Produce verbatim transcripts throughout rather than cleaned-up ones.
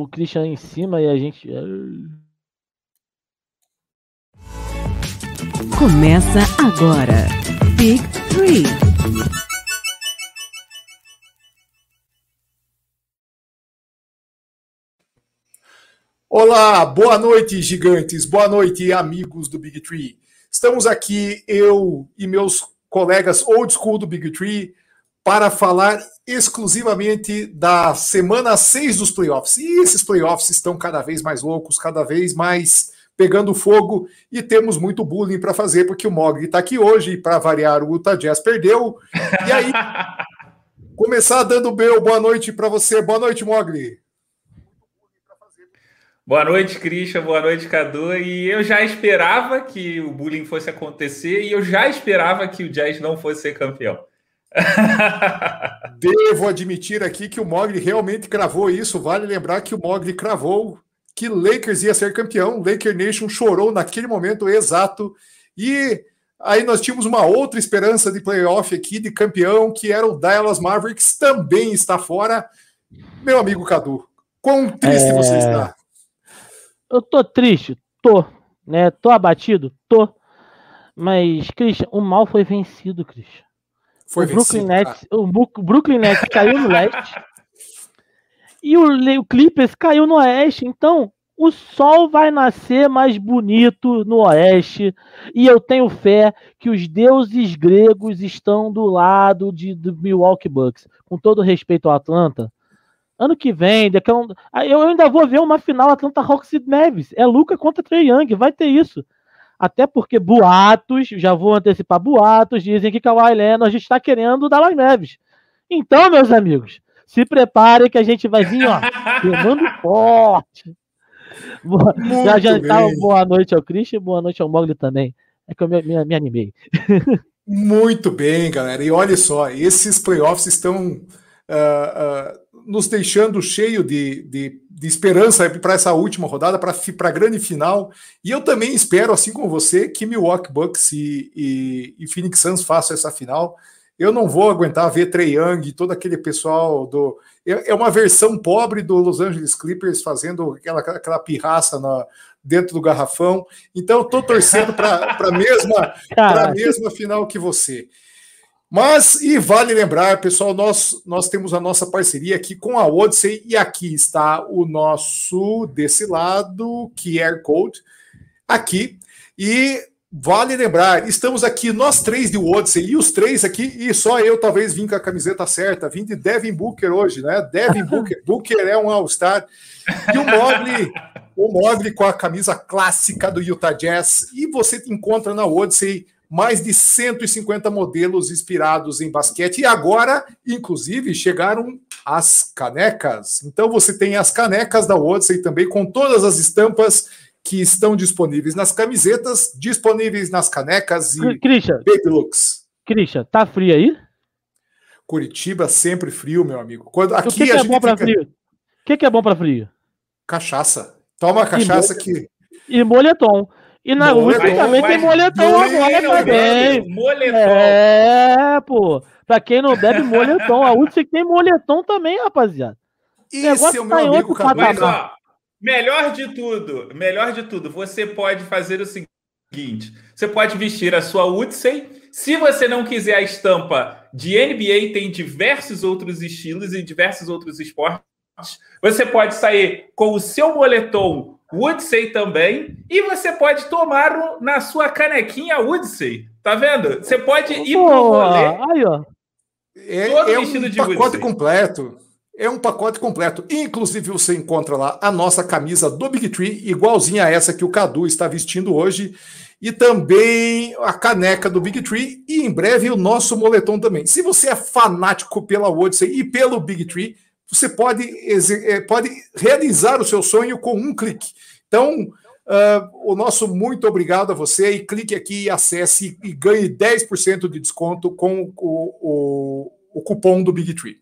o Christian em cima e a gente... Começa agora. Big Three. Olá, boa noite, gigantes, boa noite, amigos do Big Three. Estamos aqui, eu e meus colegas old school do Big Three, para falar exclusivamente da semana seis dos playoffs. E esses playoffs estão cada vez mais loucos, cada vez mais pegando fogo, e temos muito bullying para fazer, porque o Mogli está aqui hoje, e para variar, o Utah Jazz perdeu. E aí, começar dando meu boa noite para você. Boa noite, Mogli. Boa noite, Christian. Boa noite, Cadu. E eu já esperava que o bullying fosse acontecer, e eu já esperava que o Jazz não fosse ser campeão. Devo admitir aqui que o Mogli realmente cravou isso. Vale lembrar que o Mogli cravou que Lakers ia ser campeão. Laker Nation chorou naquele momento exato. E aí nós tínhamos uma outra esperança de playoff aqui, de campeão, que era o Dallas Mavericks, também está fora. Meu amigo Cadu, quão triste é... você está? Eu tô triste, tô, né? Tô abatido, tô. Mas, Christian, o mal foi vencido, Christian. Foi o Brooklyn vencido, Nets, o Brooklyn Nets caiu no leste e o, o Clippers caiu no oeste. Então, o sol vai nascer mais bonito no oeste. E eu tenho fé que os deuses gregos estão do lado de, do Milwaukee Bucks. Com todo respeito ao Atlanta, ano que vem, daqui a um, eu ainda vou ver uma final Atlanta Hawks e Mavis. É Luka contra Trae Young, vai ter isso. Até porque boatos, já vou antecipar boatos, dizem que Kawhi Leonard está querendo o Dallas Mavericks. Então, meus amigos, se preparem que a gente vai vir, ó, queimando forte. Boa, já já tá, boa noite ao Christian, boa noite ao Mogli também. É que eu me, me, me animei. Muito bem, galera. E olha só, esses playoffs estão uh, uh, nos deixando cheio de, de, de esperança para essa última rodada, para a grande final. E eu também espero, assim como você, que Milwaukee Bucks e, e, e Phoenix Suns façam essa final. Eu não vou aguentar ver Trae Young e todo aquele pessoal do... É uma versão pobre do Los Angeles Clippers fazendo aquela, aquela pirraça na, dentro do garrafão. Então eu estou torcendo para a mesma, mesma final que você. Mas, e vale lembrar, pessoal, nós, nós temos a nossa parceria aqui com a Odyssey, e aqui está o nosso, desse lado, Q R Code, aqui, e vale lembrar, estamos aqui, nós três de Odyssey, e os três aqui, e só eu talvez vim com a camiseta certa, vim de Devin Booker hoje, né? Devin Booker, Booker é um All-Star, e o Mogli, o Mogli com a camisa clássica do Utah Jazz, e você encontra na Odyssey mais de cento e cinquenta modelos inspirados em basquete. E agora, inclusive, chegaram as canecas. Então você tem as canecas da Odyssey também, com todas as estampas que estão disponíveis nas camisetas, disponíveis nas canecas e Christian, baby looks. Christian, tá frio aí? Curitiba sempre frio, meu amigo. Quando, aqui o que, que a é gente bom para fica... frio? O que, que é bom para frio? Cachaça. Toma a cachaça e que... E moletom. E na última também tem moletom agora também. Moletom. É, pô. Pra quem não bebe, moletom. A última tem moletom também, rapaziada. Esse é o meu tá amigo Cadu. Mas, ó, melhor de tudo, melhor de tudo, você pode fazer o seguinte: você pode vestir a sua Odyssey. Se você não quiser a estampa de N B A, tem diversos outros estilos e diversos outros esportes. Você pode sair com o seu moletom Odyssey também, e você pode tomar um, na sua canequinha Odyssey, tá vendo? Você pode ir oh, pro rolê, aí, ó. É, todo é vestido um de pacote Odyssey. completo, é um pacote completo, inclusive você encontra lá a nossa camisa do Big Three, igualzinha a essa que o Cadu está vestindo hoje, e também a caneca do Big Three, e em breve o nosso moletom também. Se você é fanático pela Odyssey e pelo Big Three, você pode, pode realizar o seu sonho com um clique. Então, uh, o nosso muito obrigado a você, e clique aqui, acesse e ganhe dez por cento de desconto com o, o, o cupom do Big Three.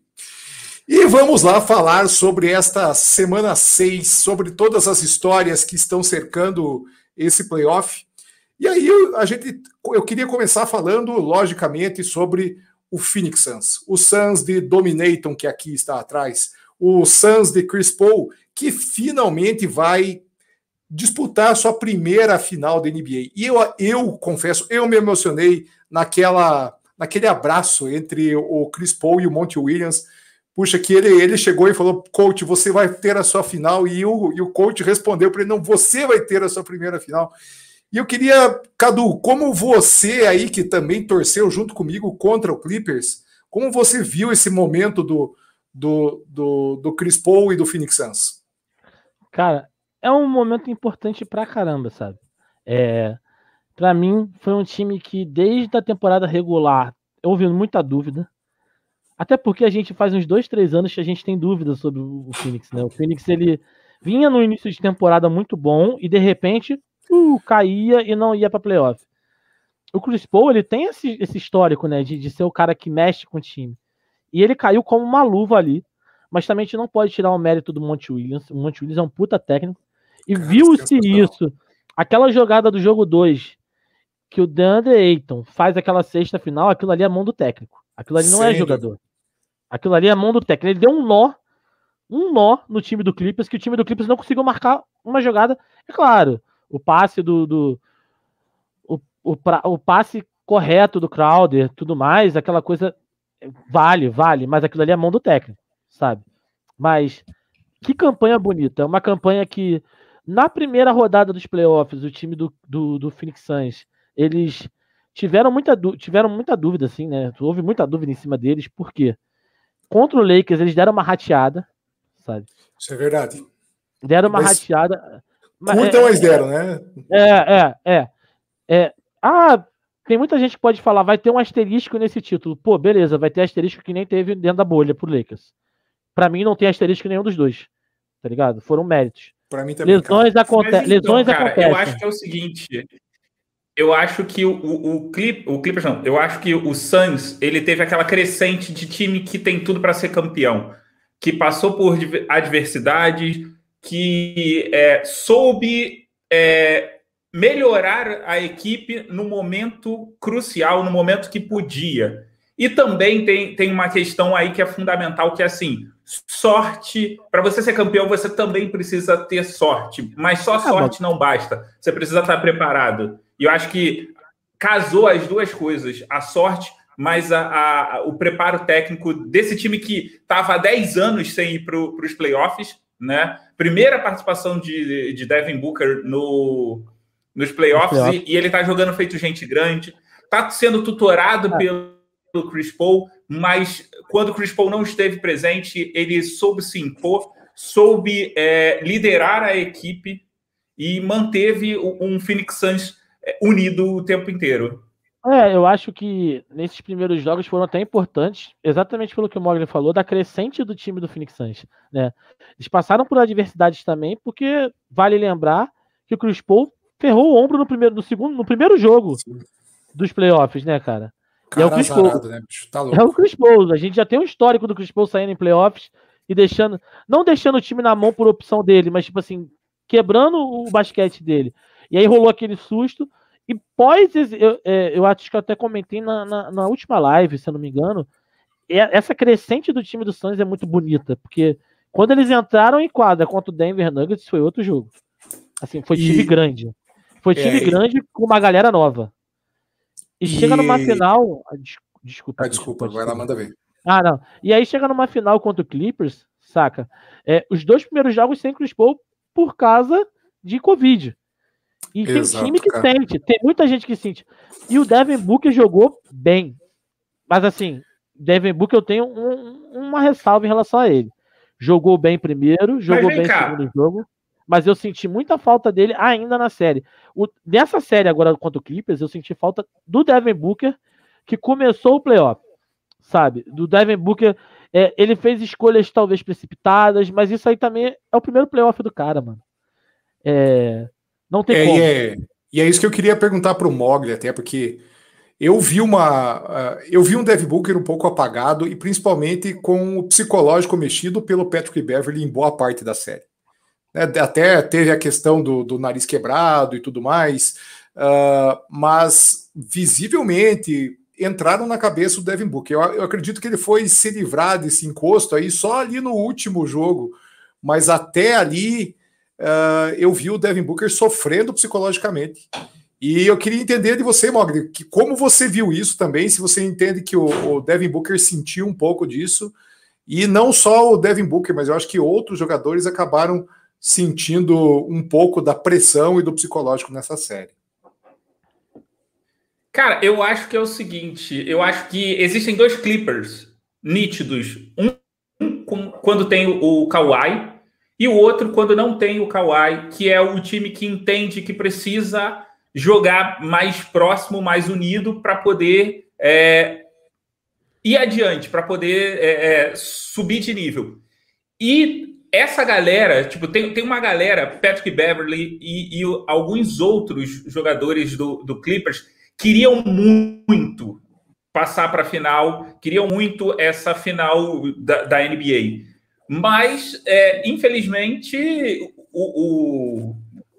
E vamos lá falar sobre esta semana seis, sobre todas as histórias que estão cercando esse playoff. E aí a gente, eu queria começar falando, logicamente, sobre o Phoenix Suns. O Suns de Dominaton, que aqui está atrás. o Suns de Chris Paul, que finalmente vai disputar a sua primeira final da N B A. E eu, eu confesso, eu me emocionei naquela, naquele abraço entre o Chris Paul e o Monty Williams. Puxa, que ele, ele chegou e falou, coach, você vai ter a sua final, e o, e o coach respondeu para ele, não, você vai ter a sua primeira final. E eu queria, Cadu, como você aí, que também torceu junto comigo contra o Clippers, como você viu esse momento do, do, do, do Chris Paul e do Phoenix Suns? Cara, é um momento importante pra caramba, sabe? É, pra mim, foi um time que desde a temporada regular, eu ouvi muita dúvida. Até porque a gente faz uns dois, três anos que a gente tem dúvidas sobre o Phoenix, né? O Phoenix, ele vinha no início de temporada muito bom e, de repente, uh, caía e não ia pra playoff. O Chris Paul, ele tem esse, esse histórico, né? De, de ser o cara que mexe com o time. E ele caiu como uma luva ali. Mas também a gente não pode tirar o mérito do Monty Williams. O Monty Williams é um puta técnico. E viu-se isso. Aquela jogada do jogo dois, que o DeAndre Ayton faz aquela sexta final, aquilo ali é mão do técnico. Aquilo ali não Sério? é jogador. Aquilo ali é mão do técnico. Ele deu um nó, um nó no time do Clippers, que o time do Clippers não conseguiu marcar uma jogada. É claro, o passe do... do o, o, o passe correto do Crowder, tudo mais, aquela coisa vale, vale, mas aquilo ali é mão do técnico, sabe? Mas que campanha bonita. É uma campanha que, na primeira rodada dos playoffs, o time do, do, do Phoenix Suns, eles tiveram muita, tiveram muita dúvida, assim, né? Houve muita dúvida em cima deles, por quê? Contra o Lakers, eles deram uma rateada, sabe? Isso é verdade. Deram uma mas... rateada. Curta, é, mas deram, né? É, é, é, é. Ah, tem muita gente que pode falar, vai ter um asterisco nesse título. Pô, beleza, vai ter asterisco que nem teve dentro da bolha pro Lakers. Pra mim, não tem asterisco nenhum dos dois, tá ligado? Foram méritos. Pra mim também, lesões acontecem. Então, lesões cara, acontecem. Eu acho que é o seguinte. Eu acho que o, o, o, Clip, o Clippers não. Eu acho que o Suns, ele teve aquela crescente de time que tem tudo para ser campeão, que passou por adversidades, que é, soube é, melhorar a equipe no momento crucial, no momento que podia. E também tem, tem uma questão aí que é fundamental, que é assim, sorte. Para você ser campeão, você também precisa ter sorte, mas só sorte não basta. Você precisa estar preparado. E eu acho que casou as duas coisas, a sorte, mas a, a, o preparo técnico desse time que estava há dez anos sem ir para os playoffs, né? Primeira participação de, de Devin Booker no, nos playoffs, playoff. e, e ele está jogando feito gente grande, está sendo tutorado é. pelo Chris Paul, mas quando o Chris Paul não esteve presente, ele soube se impor, soube é, liderar a equipe e manteve um Phoenix Suns unido o tempo inteiro. É, eu acho que nesses primeiros jogos foram até importantes, exatamente pelo que o Mogli falou, da crescente do time do Phoenix Suns, né? Eles passaram por adversidades também, porque vale lembrar que o Chris Paul ferrou o ombro no primeiro, no segundo, no primeiro jogo Sim. dos playoffs, né, cara? cara é o Chris azarado, Paul. Né, bicho? Tá louco. É o Chris Paul. A gente já tem um histórico do Chris Paul saindo em playoffs e deixando, não deixando o time na mão por opção dele, mas tipo assim, quebrando o basquete dele. E aí rolou aquele susto. E pós, eu, eu acho que eu até comentei na, na, na última live, se eu não me engano, essa crescente do time do Suns é muito bonita, porque quando eles entraram em quadra contra o Denver Nuggets, foi outro jogo. Assim, foi time e... grande. Foi time é, grande e... com uma galera nova. E, e... chega numa final... Desculpa. Ah, desculpa, vai lá, manda ver. Ah, não. E aí chega numa final contra o Clippers, saca? É, os dois primeiros jogos sem Chris Paul por causa de Covid. E Exato, tem time que cara. sente, tem muita gente que sente. E o Devin Booker jogou bem. Mas assim, Devin Booker eu tenho um, uma ressalva em relação a ele. Jogou bem primeiro, jogou bem no segundo jogo, mas eu senti muita falta dele ainda na série. O, nessa série agora contra o Clippers, eu senti falta do Devin Booker, que começou o playoff, sabe? Do Devin Booker, é, ele fez escolhas talvez precipitadas, mas isso aí também é o primeiro playoff do cara, mano. É... Não tem é, como. E é, e é isso que eu queria perguntar para o Mogli, até porque eu vi uma, uh, eu vi um Devin Booker um pouco apagado e principalmente com o psicológico mexido pelo Patrick Beverley em boa parte da série. Né? Até teve a questão do, do nariz quebrado e tudo mais, uh, mas visivelmente entraram na cabeça do Devin Booker. Eu, eu acredito que ele foi se livrar desse encosto aí só ali no último jogo, mas até ali uh, eu vi o Devin Booker sofrendo psicologicamente. E eu queria entender de você, Mogli, que como você viu isso também, se você entende que o, o Devin Booker sentiu um pouco disso, e não só o Devin Booker, mas eu acho que outros jogadores acabaram sentindo um pouco da pressão e do psicológico nessa série. Cara, eu acho que é o seguinte, eu acho que existem dois Clippers nítidos, um quando tem o Kawhi e o outro quando não tem o Kawhi, que é o time que entende que precisa jogar mais próximo, mais unido para poder é, ir adiante, para poder é, é, subir de nível. E essa galera, tipo, tem, tem uma galera, Patrick Beverley e, e alguns outros jogadores do, do Clippers queriam muito passar para a final, queriam muito essa final da, da N B A. Mas, é, infelizmente, o, o,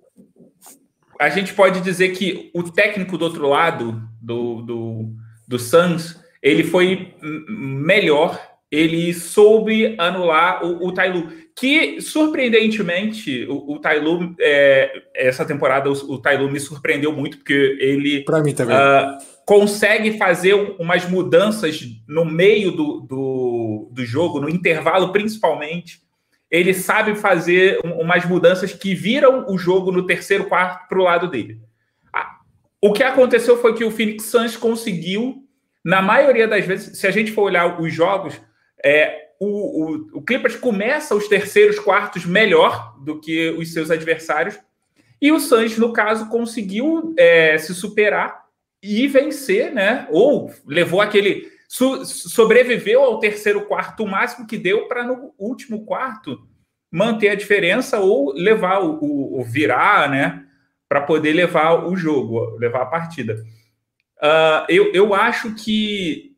a gente pode dizer que o técnico do outro lado, do, do, do Suns, ele foi melhor, ele soube anular o, o Ty Lue, que, surpreendentemente, o, o Ty Lue, é, essa temporada, o, o Ty Lue me surpreendeu muito, porque ele Pra mim também. Uh, consegue fazer umas mudanças no meio do, do, do jogo, no intervalo principalmente. Ele sabe fazer umas mudanças que viram o jogo no terceiro quarto para o lado dele. Ah, o que aconteceu foi que o Phoenix Suns conseguiu, na maioria das vezes, se a gente for olhar os jogos, é, o, o, o Clippers começa os terceiros quartos melhor do que os seus adversários, e o Suns, no caso, conseguiu é, se superar e vencer, né? Ou levou aquele... So, sobreviveu ao terceiro quarto o máximo que deu para no último quarto manter a diferença ou levar o, o, o virar, né? Para poder levar o jogo, levar a partida. Uh, eu, eu acho que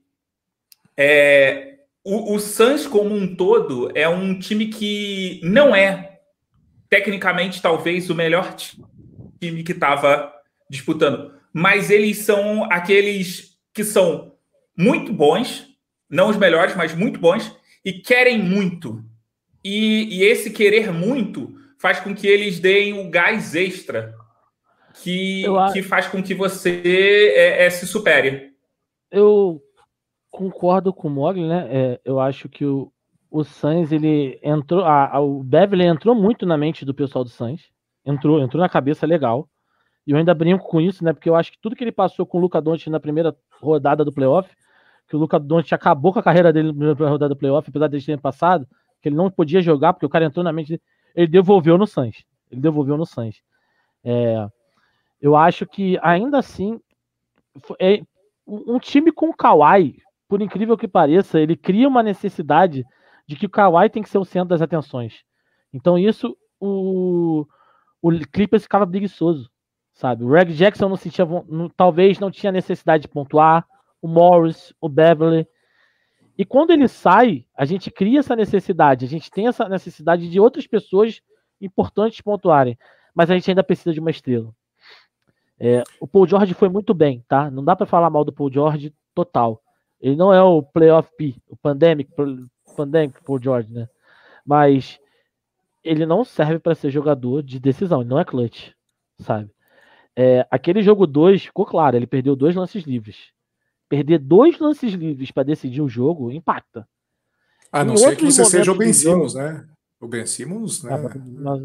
é, o, o Suns como um todo é um time que não é tecnicamente talvez o melhor time que estava disputando, mas eles são aqueles que são muito bons, não os melhores, mas muito bons, e querem muito. E, e esse querer muito faz com que eles deem o gás extra que, Eu, que faz com que você é, é, se supere. Eu concordo com o Mogli, né? É, eu acho que o, o Suns, ele entrou... A, a, o Beverley entrou muito na mente do pessoal do Suns. Entrou, entrou na cabeça legal. E eu ainda brinco com isso, né? Porque eu acho que tudo que ele passou com o Luka Doncic na primeira rodada do playoff, que o Luka Doncic acabou com a carreira dele na primeira rodada do playoff, apesar de ele ter passado, que ele não podia jogar, porque o cara entrou na mente dele, ele devolveu no Suns. Ele devolveu no Suns. É, eu acho que, ainda assim, é, um time com o Kawhi, por incrível que pareça, ele cria uma necessidade de que o Kawhi tem que ser o centro das atenções. Então isso, o, o Clippers ficava preguiçoso. Sabe? O Reg Jackson não sentia, não, talvez não tinha necessidade de pontuar, o Morris, o Beverley. E quando ele sai, a gente cria essa necessidade, a gente tem essa necessidade de outras pessoas importantes pontuarem, mas a gente ainda precisa de uma estrela. É, o Paul George foi muito bem, tá? Não dá para falar mal do Paul George total. Ele não é o Playoff P, o Pandemic, Pandemic Paul George, né? Mas ele não serve para ser jogador de decisão, ele não é clutch, sabe? É, aquele jogo dois ficou claro, ele perdeu dois lances livres. Perder dois lances livres para decidir o jogo impacta. A não ser que você seja o Ben Simmons, né? O Ben Simmons, né? Ah, mas,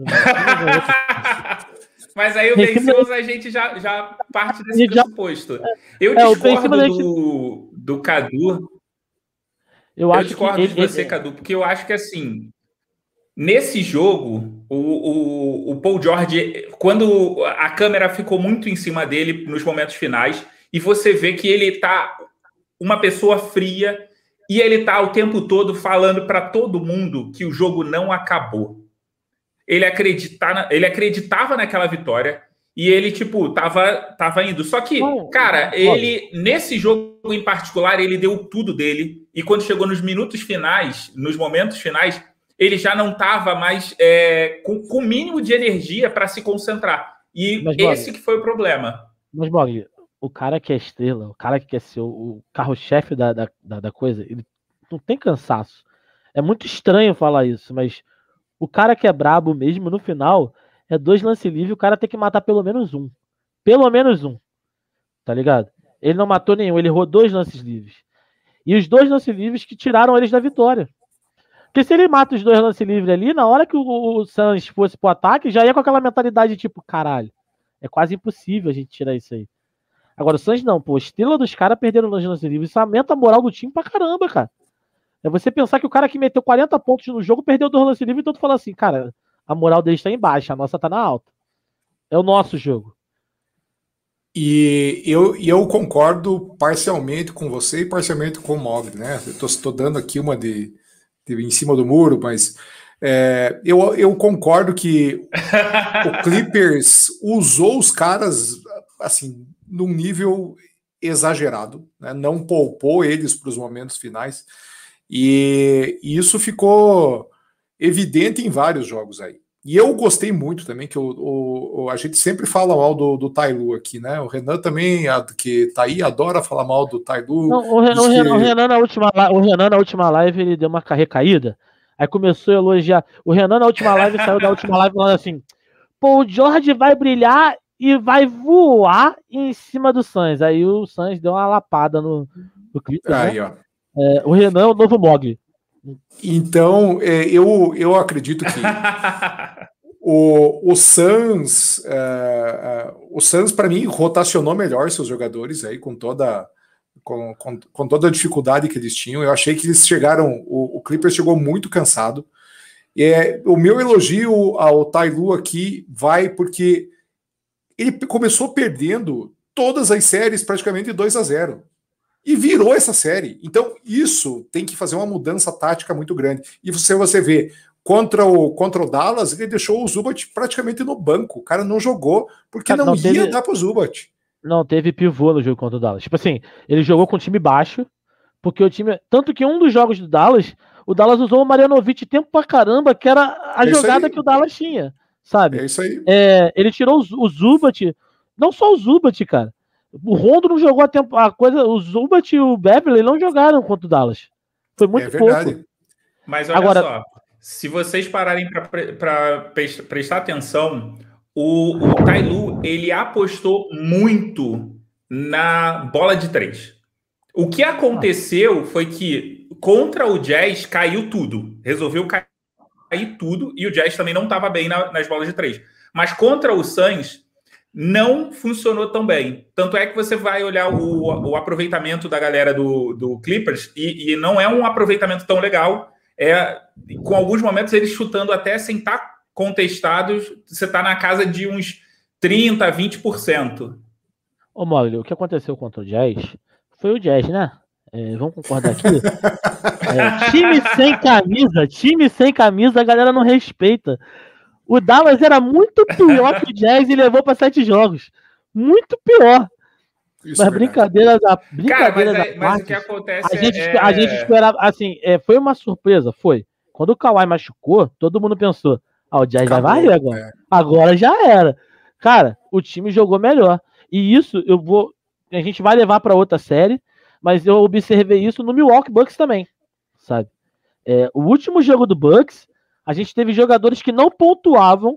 mas, mas aí o Ben Simmons a gente já, já parte desse pressuposto. Eu é, discordo do, gente... do Cadu. Eu, eu acho discordo que ele, de você, ele... Cadu, porque eu acho que assim, nesse jogo, o, o, o Paul George, quando a câmera ficou muito em cima dele nos momentos finais, e você vê que ele tá uma pessoa fria e ele tá o tempo todo falando para todo mundo que o jogo não acabou. Ele, acredita, ele acreditava naquela vitória e ele, tipo, tava, tava indo. Só que, cara, ele, nesse jogo em particular, ele deu tudo dele. E quando chegou nos minutos finais, nos momentos finais, ele já não tava mais é, com o mínimo de energia para se concentrar. E mas, esse Bog, que foi o problema. Mas, Bog, o cara que é estrela, o cara que quer ser o, o carro-chefe da, da, da, da coisa, ele não tem cansaço. É muito estranho falar isso, mas o cara que é brabo mesmo, no final, é dois lance livres, o cara tem que matar pelo menos um. Pelo menos um. Tá ligado? Ele não matou nenhum, ele errou dois lances livres. E os dois lances livres que tiraram eles da vitória. Porque se ele mata os dois lances livres ali, na hora que o, o Suns fosse pro ataque, já ia com aquela mentalidade tipo, caralho, é quase impossível a gente tirar isso aí. Agora o Suns não, pô, a estrela dos caras perderam os lances livres. Isso aumenta a moral do time pra caramba, cara. É você pensar que o cara que meteu quarenta pontos no jogo perdeu dois lances livres, então tu fala assim, cara, a moral deles tá em baixa, a nossa tá na alta. É o nosso jogo. E eu, e eu concordo parcialmente com você e parcialmente com o Mogli, né? Eu estou dando aqui uma de, de em cima do muro, mas é, eu, eu concordo que o Clippers usou os caras assim num nível exagerado, né? Não poupou eles para os momentos finais. E, e isso ficou evidente em vários jogos aí. E eu gostei muito também, que o, o, a gente sempre fala mal do, do Tai Lu aqui, né? O Renan também, a, que tá aí, adora falar mal do Tai Lu. Não, o, Renan, que... o, Renan na última, o Renan na última live, ele deu uma recaída, aí começou a elogiar. O Renan na última live saiu da última live falando assim, pô, o George vai brilhar e vai voar em cima do Suns. Aí o Suns deu uma lapada no, no clipe, aí, né? ó. É, o Renan é o novo Mogli. Então, é, eu, eu acredito que o, o Suns, é, o Suns, para mim, rotacionou melhor seus jogadores aí, com toda, com, com, com toda a dificuldade que eles tinham. Eu achei que eles chegaram, o, o Clippers chegou muito cansado. É, o meu elogio ao Tai Lu aqui vai porque ele começou perdendo todas as séries praticamente dois a zero. E virou essa série. Então, isso tem que fazer uma mudança tática muito grande. E você, você vê, contra o, contra o Dallas, ele deixou o Zubat praticamente no banco. O cara não jogou, porque cara, não, não ia teve, dar pro Zubat. Não teve pivô no jogo contra o Dallas. Tipo assim, ele jogou com o time baixo, porque o time... Tanto que um dos jogos do Dallas, o Dallas usou o Marjanovic tempo pra caramba, que era a é jogada que o Dallas tinha, sabe? É isso aí. É, ele tirou o, o Zubat, não só o Zubat, cara. O Rondo não jogou a tempo. A coisa, o Zubat e o Beverly não jogaram contra o Dallas. Foi muito é pouco. Mas olha Agora, só, se vocês pararem para prestar atenção, o, o Tai Lu, ele apostou muito na bola de três. O que aconteceu foi que contra o Jazz caiu tudo. Resolveu cair tudo e o Jazz também não estava bem na, nas bolas de três. Mas contra o Suns não funcionou tão bem. Tanto é que você vai olhar o, o aproveitamento da galera do, do Clippers e, e não é um aproveitamento tão legal. É, com alguns momentos eles chutando até sem estar contestados, você está na casa de uns trinta, vinte por cento. Ô, Mogli, o que aconteceu contra o Jazz foi o Jazz, né? É, vamos concordar aqui? É, time sem camisa, time sem camisa, a galera não respeita. O Dallas era muito pior que o Jazz e levou para sete jogos. Muito pior. Isso mas é brincadeira da brincadeira Cara, mas, da é, mas o que acontece a gente, é... a gente esperava, assim, é, foi uma surpresa, foi. Quando o Kawhi machucou, todo mundo pensou, ah, o Jazz Acabou, vai varrer agora. É. Agora já era. Cara, o time jogou melhor. E isso eu vou, a gente vai levar para outra série, mas eu observei isso no Milwaukee Bucks também, sabe? É, o último jogo do Bucks, a gente teve jogadores que não pontuavam,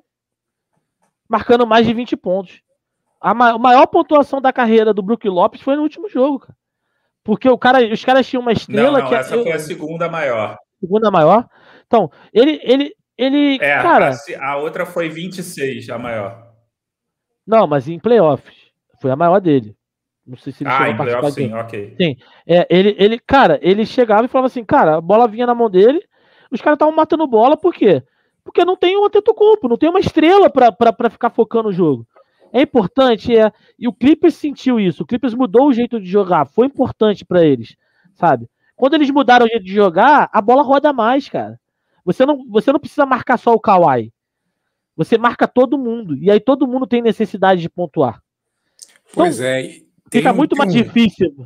marcando mais de vinte pontos. A, ma- a maior pontuação da carreira do Brook Lopes foi no último jogo, cara. Porque o cara, os caras tinham uma estrela não, não, que essa eu, foi a segunda maior. Segunda maior. Então, ele, ele, ele, é, cara. A, a outra foi vinte e seis, a maior. Não, mas em playoffs foi a maior dele. Não sei se ele ah, chegou em a participar playoffs, sim, de... ok. Sim. É, ele, ele, cara, ele chegava e falava assim, cara, a bola vinha na mão dele, os caras estavam matando bola, por quê? Porque não tem um Antetokounmpo, não tem uma estrela pra, pra, pra ficar focando o jogo. É importante, é, e o Clippers sentiu isso, o Clippers mudou o jeito de jogar, foi importante pra eles, sabe? Quando eles mudaram o jeito de jogar, a bola roda mais, cara. Você não, você não precisa marcar só o Kawhi, você marca todo mundo, e aí todo mundo tem necessidade de pontuar. Então, pois é. Fica tem, muito tem mais um, difícil.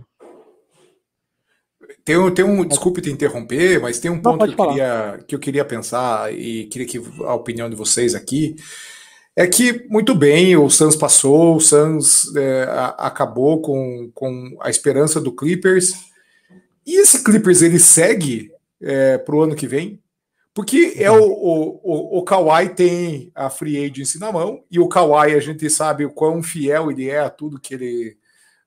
Tem um, tem um, desculpe te interromper, mas tem um ponto não, que eu, queria, que eu queria pensar e queria que a opinião de vocês aqui. É que, muito bem, o Suns passou, o Suns é, a, acabou com, com a esperança do Clippers. E esse Clippers, ele segue é, para o ano que vem? Porque é o, o, o, o Kawhi tem a free agency na mão, e o Kawhi, a gente sabe o quão fiel ele é a tudo que ele...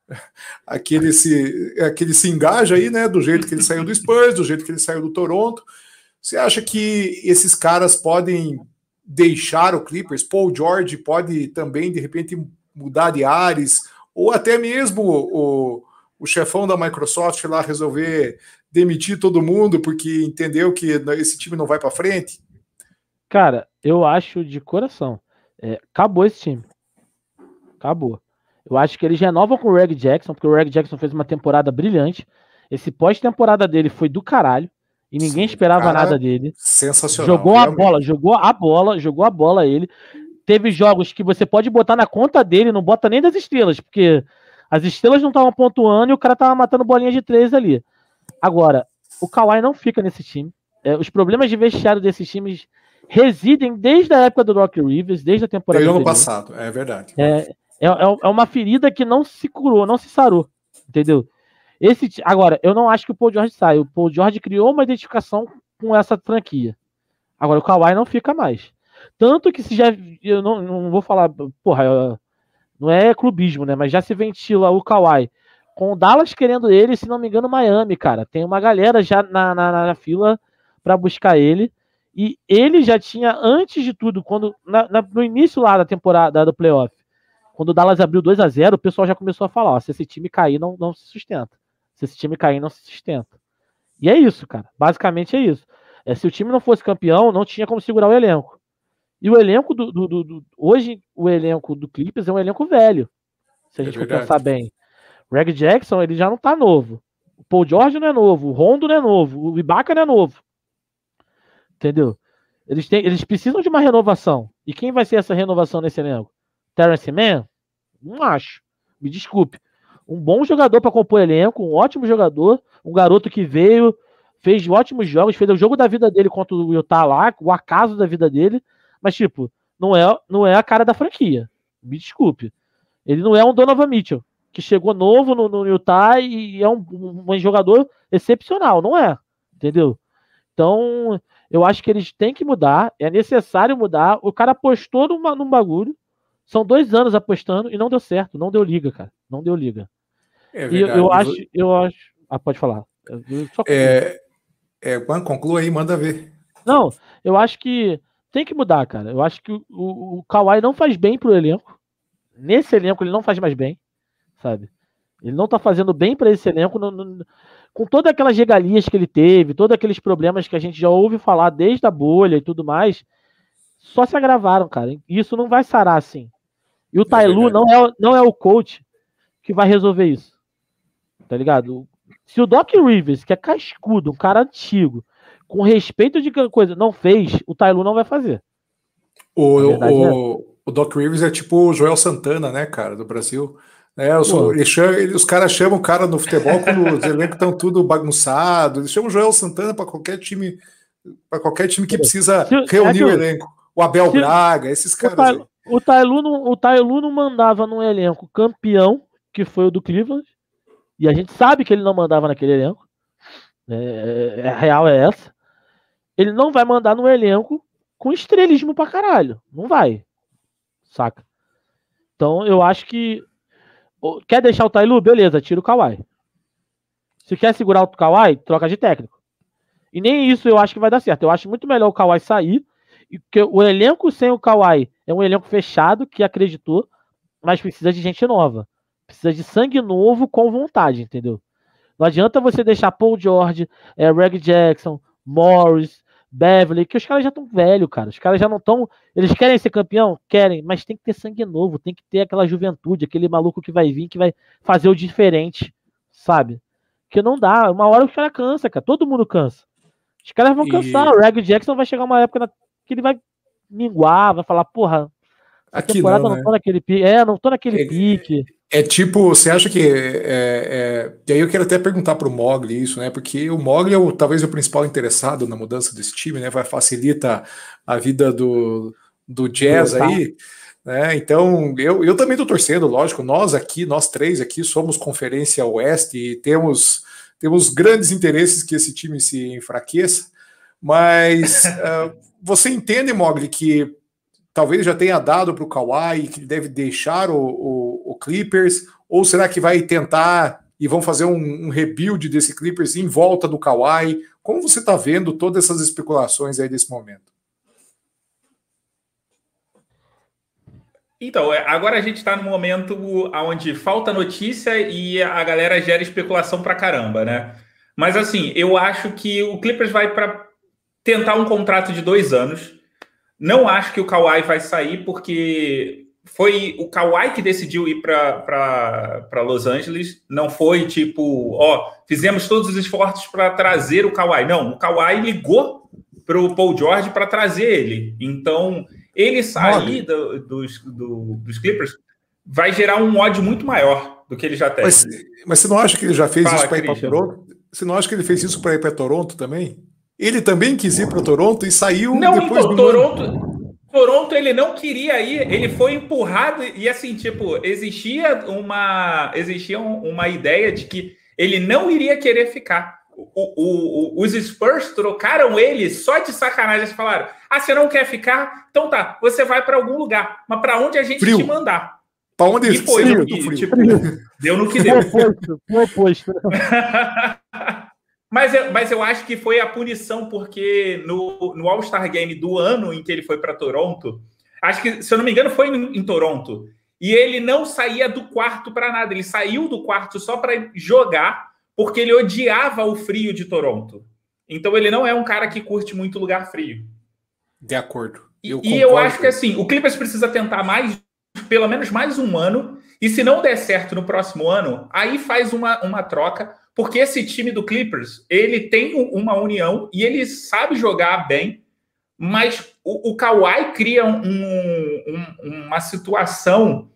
Aquele se, aquele se engaja aí, né? Do jeito que ele saiu do Spurs, do jeito que ele saiu do Toronto. Você acha que esses caras podem deixar o Clippers? Paul George pode também, de repente, mudar de ares, ou até mesmo o, o chefão da Microsoft lá resolver demitir todo mundo porque entendeu que esse time não vai para frente? Cara, eu acho de coração. É, acabou esse time. Acabou. Eu acho que eles renovam com o Reg Jackson, porque o Reg Jackson fez uma temporada brilhante. Esse pós-temporada dele foi do caralho. E ninguém Sim, esperava cara, nada dele. Sensacional. Jogou realmente. a bola, jogou a bola, jogou a bola ele. Teve jogos que você pode botar na conta dele, não bota nem das estrelas, porque as estrelas não estavam pontuando e o cara tava matando bolinha de três ali. Agora, o Kawhi não fica nesse time. É, os problemas de vestiário desses times residem desde a época do Doc Rivers, desde a temporada desde o ano passado, é verdade. É, é, é uma ferida que não se curou, não se sarou, entendeu? Esse, agora, eu não acho que o Paul George sai. O Paul George criou uma identificação com essa franquia. Agora, o Kawhi não fica mais. Tanto que se já... Eu não, não vou falar... Porra, não é clubismo, né? Mas já se ventila o Kawhi com o Dallas querendo ele, se não me engano, Miami, cara. Tem uma galera já na, na, na fila para buscar ele. E ele já tinha, antes de tudo, quando na, na, no início lá da temporada do playoff, quando o Dallas abriu dois a zero, o pessoal já começou a falar, ó, se esse time cair, não, não se sustenta. Se esse time cair, não se sustenta. E é isso, cara. Basicamente é isso. É, se o time não fosse campeão, não tinha como segurar o elenco. E o elenco do... do, do, do hoje, o elenco do Clippers é um elenco velho. Se a gente é for pensar bem. O Reg Jackson, ele já não tá novo. O Paul George não é novo. O Rondo não é novo. O Ibaka não é novo. Entendeu? Eles, têm, eles precisam de uma renovação. E quem vai ser essa renovação nesse elenco? Terrence Mann? Não acho. Me desculpe. Um bom jogador para compor elenco, um ótimo jogador, um garoto que veio, fez ótimos jogos, fez o jogo da vida dele contra o Utah lá, o acaso da vida dele, mas, tipo, não é, não é a cara da franquia. Me desculpe. Ele não é um Donovan Mitchell, que chegou novo no, no Utah e é um, um jogador excepcional, não é? Entendeu? Então, eu acho que eles têm que mudar, é necessário mudar. O cara apostou numa, num bagulho, são dois anos apostando e não deu certo, não deu liga, cara, não deu liga. É e eu, eu acho, eu acho. Ah, pode falar. Só é, é, conclua aí, manda ver. Não, eu acho que tem que mudar, cara. Eu acho que o, o, o Kawhi não faz bem pro elenco. Nesse elenco ele não faz mais bem, sabe? Ele não tá fazendo bem para esse elenco. No, no, com todas aquelas regalias que ele teve, todos aqueles problemas que a gente já ouve falar desde a bolha e tudo mais, só se agravaram, cara. E isso não vai sarar assim. E o Ty Lue não é, não é o coach que vai resolver isso. Tá ligado? Se o Doc Rivers, que é cascudo, um cara antigo, com respeito de coisa, não fez, o Ty Lue não vai fazer. O, o, é. o Doc Rivers é tipo o Joel Santana, né, cara, do Brasil. É, eu sou, ele chama, ele, os caras chamam o cara no futebol quando os elencos estão tudo bagunçados. Eles chamam o Joel Santana para qualquer time, para qualquer time que precisa se, reunir é o elenco. O Abel se, Braga, esses caras. O Ty Lue não, o Ty Lue não mandava num elenco campeão, que foi o do Cleveland. E a gente sabe que ele não mandava naquele elenco. É, a real é essa. Ele não vai mandar no elenco com estrelismo pra caralho. Não vai. Saca? Então eu acho que... Quer deixar o Ty Lue? Beleza, tira o Kawhi. Se quer segurar o Kawhi, troca de técnico. E nem isso eu acho que vai dar certo. Eu acho muito melhor o Kawhi sair. Porque o elenco sem o Kawhi é um elenco fechado que acreditou, mas precisa de gente nova. Precisa de sangue novo com vontade, entendeu? Não adianta você deixar Paul George, é, Reg Jackson, Morris, Beverly, que os caras já estão velhos, cara. Os caras já não estão... Eles querem ser campeão? Querem, mas tem que ter sangue novo, tem que ter aquela juventude, aquele maluco que vai vir, que vai fazer o diferente, sabe? Que não dá. Uma hora os caras cansam, cara. Todo mundo cansa. Os caras vão cansar. E... O Reg Jackson vai chegar uma época na... que ele vai minguar, vai falar, porra, essa Aqui temporada não, não né? tô naquele pique. É, não tô naquele é, pique. É tipo, você acha que... É, é, e aí eu quero até perguntar pro Mogli isso, né? Porque o Mogli é o, talvez o principal interessado na mudança desse time, né? Vai facilitar a vida do, do Jazz aí, né? Então, eu, eu também estou torcendo, lógico, nós aqui, nós três aqui somos Conferência Oeste e temos, temos grandes interesses que esse time se enfraqueça, mas uh, você entende, Mogli, que talvez já tenha dado para o Kawhi, que deve deixar o, o, o Clippers, ou será que vai tentar e vão fazer um, um rebuild desse Clippers em volta do Kawhi? Como você está vendo todas essas especulações aí desse momento? Então, agora a gente está no momento onde falta notícia e a galera gera especulação pra caramba, né? Mas assim, eu acho que o Clippers vai para tentar um contrato de dois anos. Não acho que o Kawhi vai sair, porque foi o Kawhi que decidiu ir para Los Angeles. Não foi tipo, ó, fizemos todos os esforços para trazer o Kawhi. Não, o Kawhi ligou para o Paul George para trazer ele. Então, ele sair do, dos, do, dos Clippers vai gerar um ódio muito maior do que ele já tem. Mas, mas você não acha que ele já fez Fala, isso para ir para Toronto? Você não acha que ele fez isso para ir para Toronto também? Ele também quis ir para Toronto e saiu não, depois então, do Toronto, ano. Toronto ele não queria ir, ele foi empurrado e assim, tipo, existia uma, existia uma ideia de que ele não iria querer ficar. O, o, os Spurs trocaram ele só de sacanagem. Eles falaram: ah, você não quer ficar? Então tá, você vai para algum lugar. Mas para onde a gente frio. te mandar? Para onde e foi, frio, e, frio. Tipo, deu no que deu. O oposto. mas, eu, mas eu acho que foi a punição, porque no, no All-Star Game do ano em que ele foi para Toronto, acho que, se eu não me engano, foi em, em Toronto, e ele não saía do quarto para nada. Ele saiu do quarto só para jogar, porque ele odiava o frio de Toronto. Então ele não é um cara que curte muito lugar frio. De acordo. Eu e, e eu acho que assim, o Clippers precisa tentar mais, pelo menos mais um ano, e se não der certo no próximo ano, aí faz uma, uma troca, porque esse time do Clippers, ele tem uma união e ele sabe jogar bem, mas o, o Kawhi cria um, um, uma situação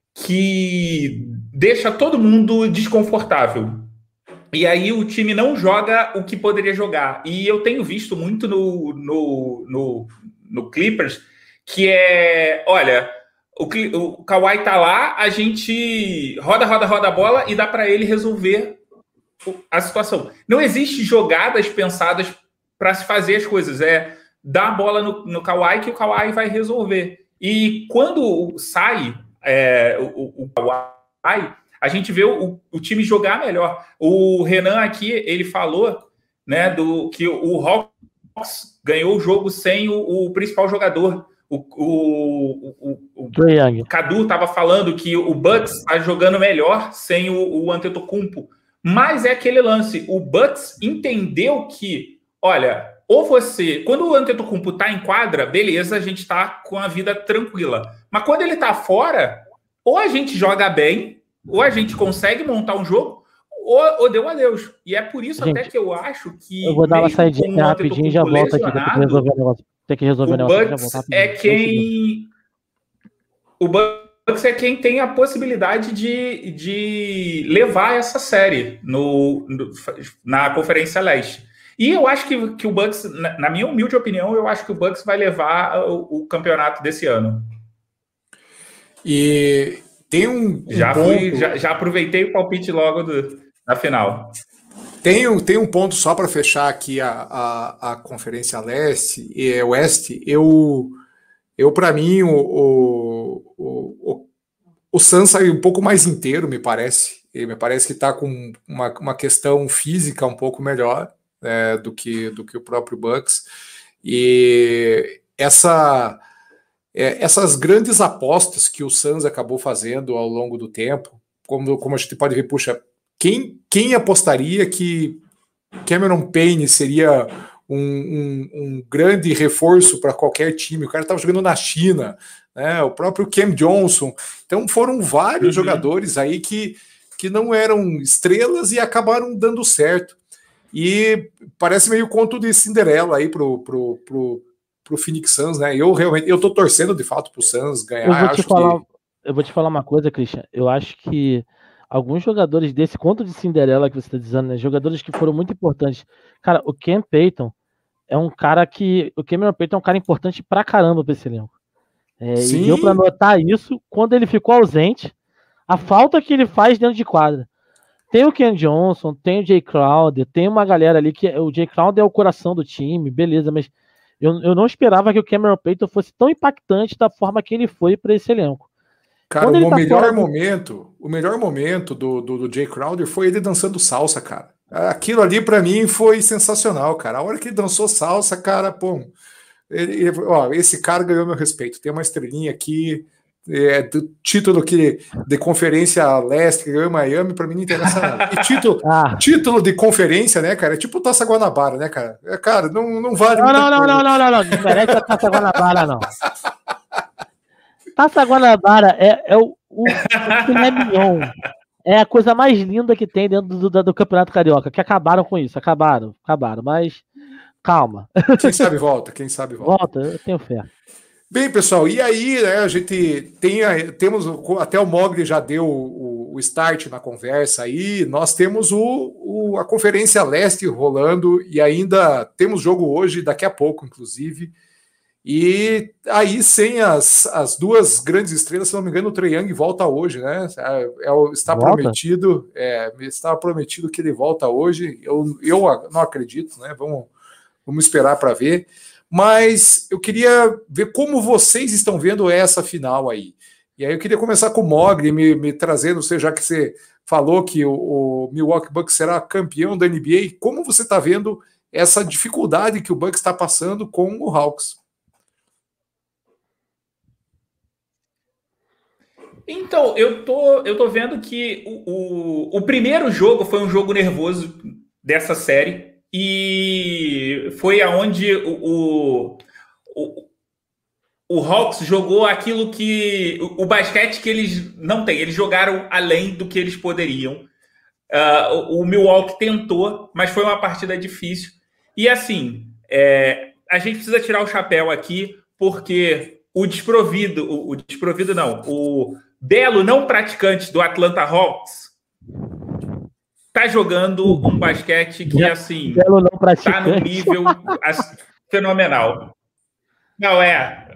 que deixa todo mundo desconfortável. E aí o time não joga o que poderia jogar. E eu tenho visto muito no, no, no, no Clippers, que é, olha, o, o Kawhi tá lá, a gente roda, roda, roda a bola e dá para ele resolver a situação. Não existe jogadas pensadas para se fazer as coisas. É dar a bola no, no Kawhi que o Kawhi vai resolver. E quando sai é, o, o Kawhi, a gente vê o, o time jogar melhor. O Renan aqui, ele falou, né, do, que o Hawks ganhou o jogo sem o, o principal jogador. O, o, o, o, o Cadu estava falando que o Bucks está jogando melhor sem o, o Antetokounmpo. Mas é aquele lance. O Bucks entendeu que, olha, ou você... Quando o Antetokounmpo está em quadra, beleza, a gente está com a vida tranquila. Mas quando ele está fora, ou a gente joga bem, ou a gente consegue montar um jogo, ou, ou deu adeus. E é por isso, gente, até que eu acho que... Eu vou dar uma saidinha rapidinho e já volto aqui. Tem que resolver o negócio. Tem que resolver o negócio. Bucks é quem... O Bucks é quem tem a possibilidade de, de levar essa série no, no, na Conferência Leste. E eu acho que, que o Bucks, na, na minha humilde opinião, eu acho que o Bucks vai levar o, o campeonato desse ano. E... Tem um, um já, ponto... fui, já, já aproveitei o palpite logo do, na final. Tem um, tem um ponto só para fechar aqui a, a, a Conferência Leste e Oeste. Eu, eu para mim, o, o, o, o Suns sai um pouco mais inteiro, me parece. E me parece que está com uma, uma questão física um pouco melhor é, do, que, do que o próprio Bucks. E essa... É, essas grandes apostas que o Suns acabou fazendo ao longo do tempo, como, como a gente pode ver, puxa, quem, quem apostaria que Cameron Payne seria um, um, um grande reforço para qualquer time? O cara estava jogando na China, né? O próprio Cam Johnson. Então foram vários uhum. jogadores aí que, que não eram estrelas e acabaram dando certo. E parece meio conto de Cinderela aí pro, pro, pro pro Phoenix Suns, né? Eu realmente, eu tô torcendo de fato pro Suns ganhar. Eu vou te acho falar, que... eu vou te falar uma coisa, Christian. Eu acho que alguns jogadores desse conto de Cinderela que você tá dizendo, né? Jogadores que foram muito importantes. Cara, o Cam Payton é um cara que, o Cameron Payton é um cara importante pra caramba pra esse elenco. É, e deu para notar isso quando ele ficou ausente, a falta que ele faz dentro de quadra. Tem o Ken Johnson, tem o Jay Crowder, tem uma galera ali que o Jay Crowder é o coração do time, beleza, mas eu, eu não esperava que o Cameron Payton fosse tão impactante da forma que ele foi para esse elenco. Cara, o tá melhor fora... momento, o melhor momento do, do, do Jay Crowder foi ele dançando salsa, cara. Aquilo ali para mim foi sensacional, cara. A hora que ele dançou salsa, cara, pô, ele, ele, ó, esse cara ganhou meu respeito. Tem uma estrelinha aqui, é, do título que, de conferência leste que ganhou em Miami, para mim não interessa nada. E título, ah. título de conferência, né, cara? É tipo Taça Guanabara, né, cara? É, cara, não, não vale. Não, não, não, não, não, não, não, não merece a Taça Guanabara, não. Taça Guanabara é, é o, o, o filé mignon. É a coisa mais linda que tem dentro do, do, do Campeonato Carioca, que acabaram com isso, acabaram, acabaram, mas calma. Quem sabe volta, quem sabe volta. Volta, eu tenho fé. Bem, pessoal, e aí, né, a gente tem, temos, até o Mogli já deu o, o start na conversa aí, nós temos o, o, a Conferência Leste rolando e ainda temos jogo hoje, daqui a pouco, inclusive, e aí sem as, as duas grandes estrelas, se não me engano, o Trae Young volta hoje, né, é, é, está volta? prometido, é, está prometido que ele volta hoje, eu, eu não acredito, né, vamos, vamos esperar para ver. Mas eu queria ver como vocês estão vendo essa final aí. E aí eu queria começar com o Mogli, me, me trazendo, você, já que você falou que o, o Milwaukee Bucks será campeão da N B A, como você está vendo essa dificuldade que o Bucks está passando com o Hawks? Então, eu tô, eu tô vendo que o, o, o primeiro jogo foi um jogo nervoso dessa série. E foi aonde o, o, o Hawks jogou aquilo que... O, o basquete que eles não têm. Eles jogaram além do que eles poderiam. Uh, o, o Milwaukee tentou, mas foi uma partida difícil. E assim, é, a gente precisa tirar o chapéu aqui, porque o desprovido... O, o desprovido não. O belo não praticante do Atlanta Hawks tá jogando um basquete que, assim, tá num nível assim, fenomenal. Não, é.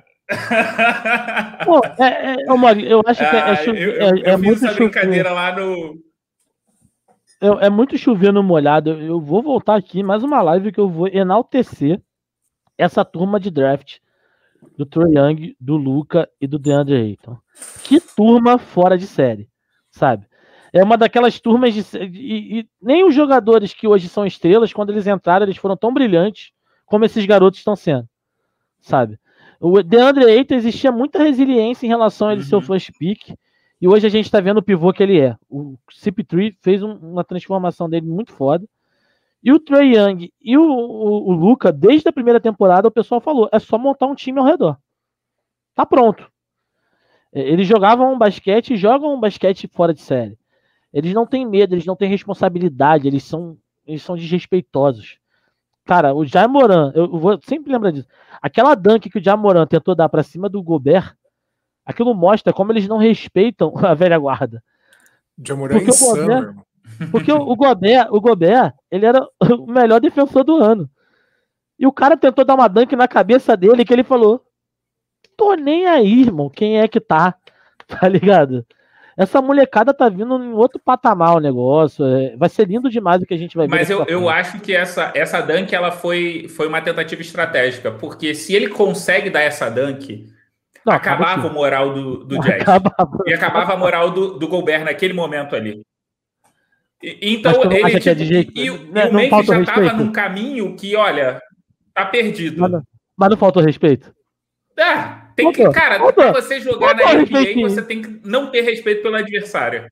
Pô, é, é uma, eu acho que é, ah, é, eu, eu, é, eu é fiz muito essa brincadeira lá no... É, é muito chovendo molhado. Eu vou voltar aqui mais uma live que eu vou enaltecer essa turma de draft do Trae Young, do Luka e do DeAndre Ayton. Que turma fora de série, sabe? É uma daquelas turmas de... E, e nem os jogadores que hoje são estrelas, quando eles entraram, eles foram tão brilhantes como esses garotos estão sendo, sabe? O DeAndre Ayton existia muita resiliência em relação a ele uhum. ser o first pick, e hoje a gente tá vendo o pivô que ele é. O C P três fez um, uma transformação dele muito foda. E o Trae Young e o, o, o Luka, desde a primeira temporada, o pessoal falou, é só montar um time ao redor. Tá pronto. Eles jogavam um basquete e jogam um basquete fora de série. Eles não têm medo, eles não têm responsabilidade, eles são, eles são desrespeitosos. Cara, o Ja Morant, eu vou sempre lembrar disso. Aquela dunk que o Ja Morant tentou dar pra cima do Gobert, aquilo mostra como eles não respeitam a velha guarda. Ja Morant é insano, Gobert, irmão. Porque o, o, Gobert, o Gobert, ele era o melhor defensor do ano. E o cara tentou dar uma dunk na cabeça dele que ele falou, tô nem aí, irmão, quem é que tá? Tá ligado? Essa molecada tá vindo em outro patamar o negócio. É, vai ser lindo demais o que a gente vai ver. Mas eu, eu acho que essa, essa dunk ela foi, foi uma tentativa estratégica, porque se ele consegue dar essa dunk, não, acabava o moral do, do Jazz. Acabava. E acabava a moral do, do Gobert naquele momento ali. E, então, ele. Tipo, é jeito, e, né? e o Memphis já estava num caminho que, olha, tá perdido. Mas não, mas não faltou respeito. É. Tem que, cara, para você jogar na N B A, você tem que não ter respeito pelo adversário.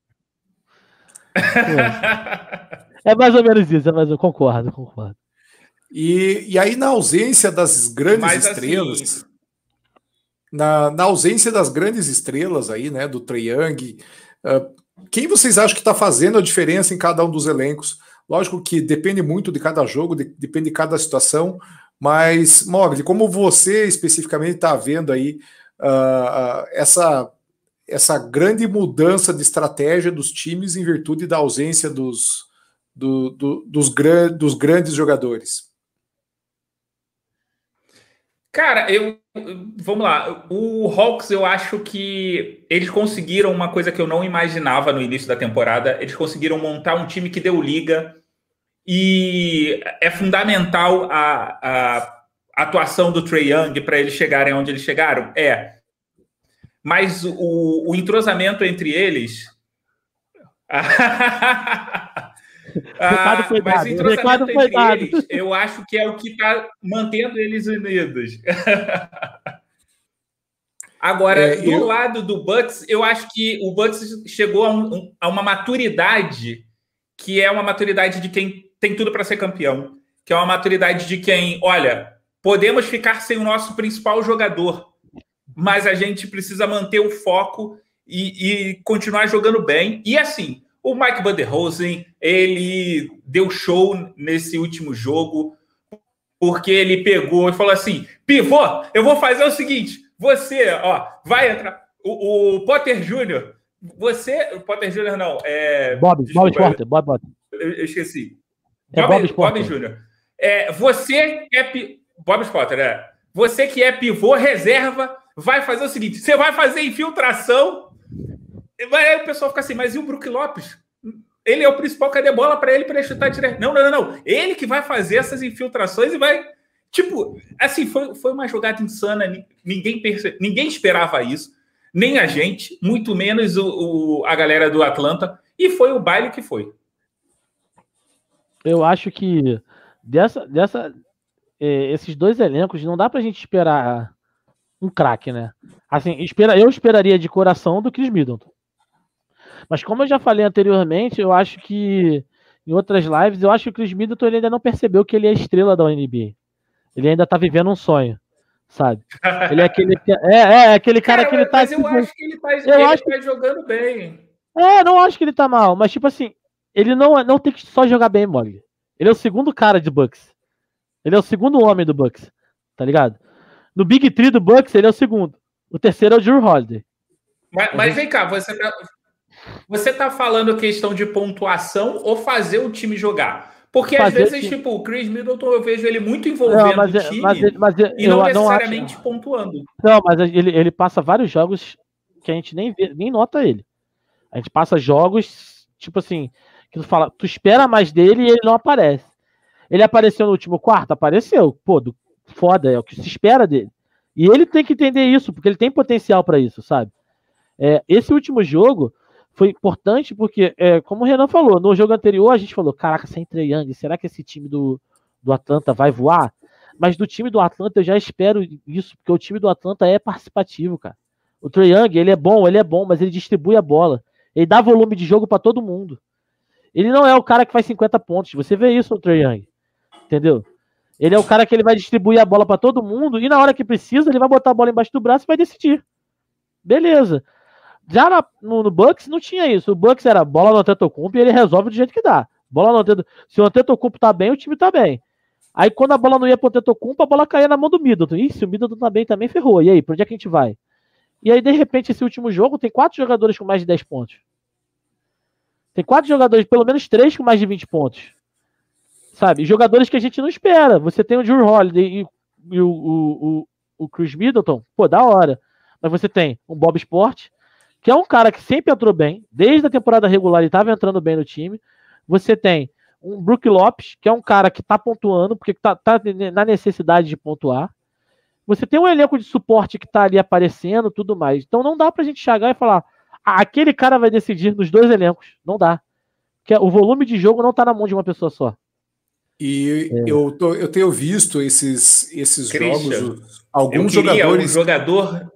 É, é mais ou menos isso, é mais, eu concordo, concordo. E, e aí, na ausência das grandes Mas, estrelas, assim... na, na ausência das grandes estrelas aí, né, do Trae Young, uh, quem vocês acham que está fazendo a diferença em cada um dos elencos? Lógico que depende muito de cada jogo, de, depende de cada situação. Mas, Mogli, como você especificamente está vendo aí uh, uh, essa, essa grande mudança de estratégia dos times em virtude da ausência dos, do, do, dos, gran, dos grandes jogadores? Cara, eu vamos lá. O Hawks, eu acho que eles conseguiram uma coisa que eu não imaginava no início da temporada. Eles conseguiram montar um time que deu liga e é fundamental a, a atuação do Trae Young para eles chegarem onde eles chegaram. É, mas o, o entrosamento entre eles. Ah, mas o entrosamento entre eles, eu acho que é o que está mantendo eles unidos. Agora, é, do eu... lado do Bucks, eu acho que o Bucks chegou a, um, a uma maturidade que é uma maturidade de quem tem tudo para ser campeão, que é uma maturidade de quem, olha, podemos ficar sem o nosso principal jogador, mas a gente precisa manter o foco e, e continuar jogando bem. E assim, o Mike Budenholzer, ele deu show nesse último jogo, porque ele pegou e falou assim, pivô, eu vou fazer o seguinte, você, ó, vai entrar, o, o Potter Júnior, você, o Potter Júnior não, é... Bob, desculpa, Bob Porter, Bob Porter. Eu, eu esqueci. É Bob, Bob, Bob Júnior. É, você que é... Pi... Bob Potter, é. Você que é pivô, reserva, vai fazer o seguinte, você vai fazer infiltração, aí o pessoal fica assim, mas e o Brook Lopes? Ele é o principal, cadê a bola para ele para ele chutar direto? Não, não, não, não. Ele que vai fazer essas infiltrações e vai... Tipo, assim, foi, foi uma jogada insana. Ninguém, perce... Ninguém esperava isso. Nem a gente, muito menos o, o, a galera do Atlanta. E foi o baile que foi. Eu acho que dessa, dessa, é, esses dois elencos não dá pra gente esperar um craque, né? Assim, espera, eu esperaria de coração do Chris Middleton. Mas como eu já falei anteriormente, eu acho que em outras lives, eu acho que o Chris Middleton ele ainda não percebeu que ele é a estrela da N B A. Ele ainda tá vivendo um sonho, sabe? Ele é aquele, é, é, aquele cara, cara que ele tá... Mas eu tipo, acho que ele tá, eu ele acho tá jogando bem. É, não acho que ele tá mal, mas tipo assim, ele não, não tem que só jogar bem, Mogli. Ele é o segundo cara de Bucks. Ele é o segundo homem do Bucks, tá ligado? No Big Three do Bucks, ele é o segundo. O terceiro é o Jrue Holiday. Mas, mas vem cá, você tá, você tá falando questão de pontuação ou fazer o time jogar? Porque fazer às vezes, tipo, o Chris Middleton, eu vejo ele muito envolvendo não, mas, o time mas, mas, mas, e não necessariamente não acho... pontuando. Não, mas ele, ele passa vários jogos que a gente nem, vê, nem nota ele. A gente passa jogos, tipo assim, que tu fala, tu espera mais dele e ele não aparece. Ele apareceu no último quarto? Apareceu. Pô, do, foda, é o que se espera dele. E ele tem que entender isso, porque ele tem potencial pra isso, sabe? É, esse último jogo foi importante porque, é, como o Renan falou, no jogo anterior a gente falou, caraca, sem Trae Young, será que esse time do, do Atlanta vai voar? Mas do time do Atlanta eu já espero isso, porque o time do Atlanta é participativo, cara. O Trae Young, ele é bom, ele é bom, mas ele distribui a bola. Ele dá volume de jogo pra todo mundo. Ele não é o cara que faz cinquenta pontos. Você vê isso no Trae Young. Entendeu? Ele é o cara que ele vai distribuir a bola pra todo mundo e na hora que precisa, ele vai botar a bola embaixo do braço e vai decidir. Beleza. Já na, no, no Bucks não tinha isso. O Bucks era bola no Antetokounmpo e ele resolve do jeito que dá. Bola no Antetokounmpo. Se o Antetokounmpo tá bem, o time tá bem. Aí quando a bola não ia pro Antetokounmpo, a bola caía na mão do Middleton. Ih, se o Middleton tá bem, também ferrou. E aí, pra onde é que a gente vai? E aí, de repente, esse último jogo tem quatro jogadores com mais de dez pontos. Tem quatro jogadores, pelo menos três com mais de vinte pontos. Sabe? Jogadores que a gente não espera. Você tem o Jrue Holiday e, e o, o, o, o Chris Middleton. Pô, da hora. Mas você tem o Bob Sport, que é um cara que sempre entrou bem. Desde a temporada regular ele estava entrando bem no time. Você tem um Brook Lopes, que é um cara que está pontuando, porque está tá na necessidade de pontuar. Você tem um elenco de suporte que está ali aparecendo, tudo mais. Então não dá pra gente chegar e falar, ah, aquele cara vai decidir nos dois elencos. Não dá. Porque o volume de jogo não está na mão de uma pessoa só. E é. eu, tô, eu tenho visto esses, esses Christian, jogos. Alguns eu queria jogadores. Um jogador.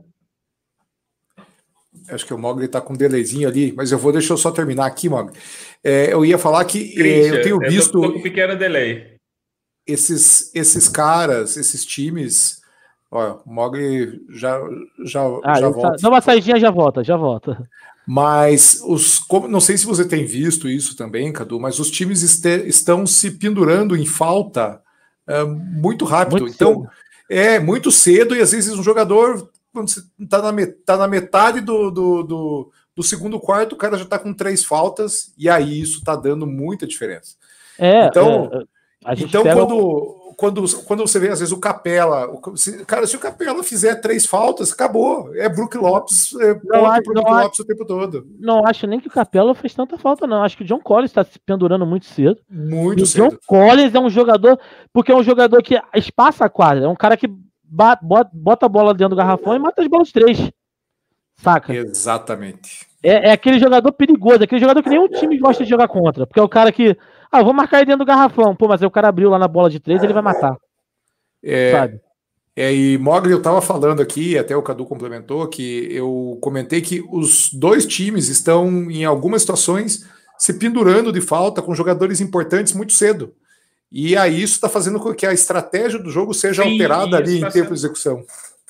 Acho que o Mogli está com um delayzinho ali, mas eu vou deixar eu só terminar aqui, Mogli. É, eu ia falar que Christian, eu tenho visto. Eu tô, tô com um pequeno delay. Esses, esses caras, esses times. Ó, o Mogli já, já, ah, já volta. Dá uma saidinha, já volta, já volta. Mas os, não sei se você tem visto isso também, Cadu, mas os times este, estão se pendurando em falta uh, muito rápido. Muito então, cedo. É muito cedo e às vezes um jogador, quando você está na, tá na metade do, do, do, do segundo quarto, o cara já está com três faltas e aí isso está dando muita diferença. É, então, é, então quando, quando, quando você vê, às vezes, o Capela, o, se, cara, se o Capela fizer três faltas, acabou. É Brook Lopes, é ponto pro Brook Lopes o tempo todo. Não acho nem que o Capela fez tanta falta, não. Acho que o John Collins está se pendurando muito cedo. Muito e cedo. O John Collins é um jogador, porque é um jogador que espaça a quadra. É um cara que bota, bota a bola dentro do garrafão e mata as bolas de três. Saca? Exatamente. É, é aquele jogador perigoso, aquele jogador que nenhum time gosta de jogar contra. Porque é o cara que, ah, vou marcar ele dentro do garrafão. Pô, mas aí o cara abriu lá na bola de três, ele vai matar. É, sabe? É, e Mogli, eu tava falando aqui, até o Cadu complementou, que eu comentei que os dois times estão, em algumas situações, se pendurando de falta com jogadores importantes muito cedo. E aí isso está fazendo com que a estratégia do jogo seja Sim, alterada ali em tá tempo sendo... de execução.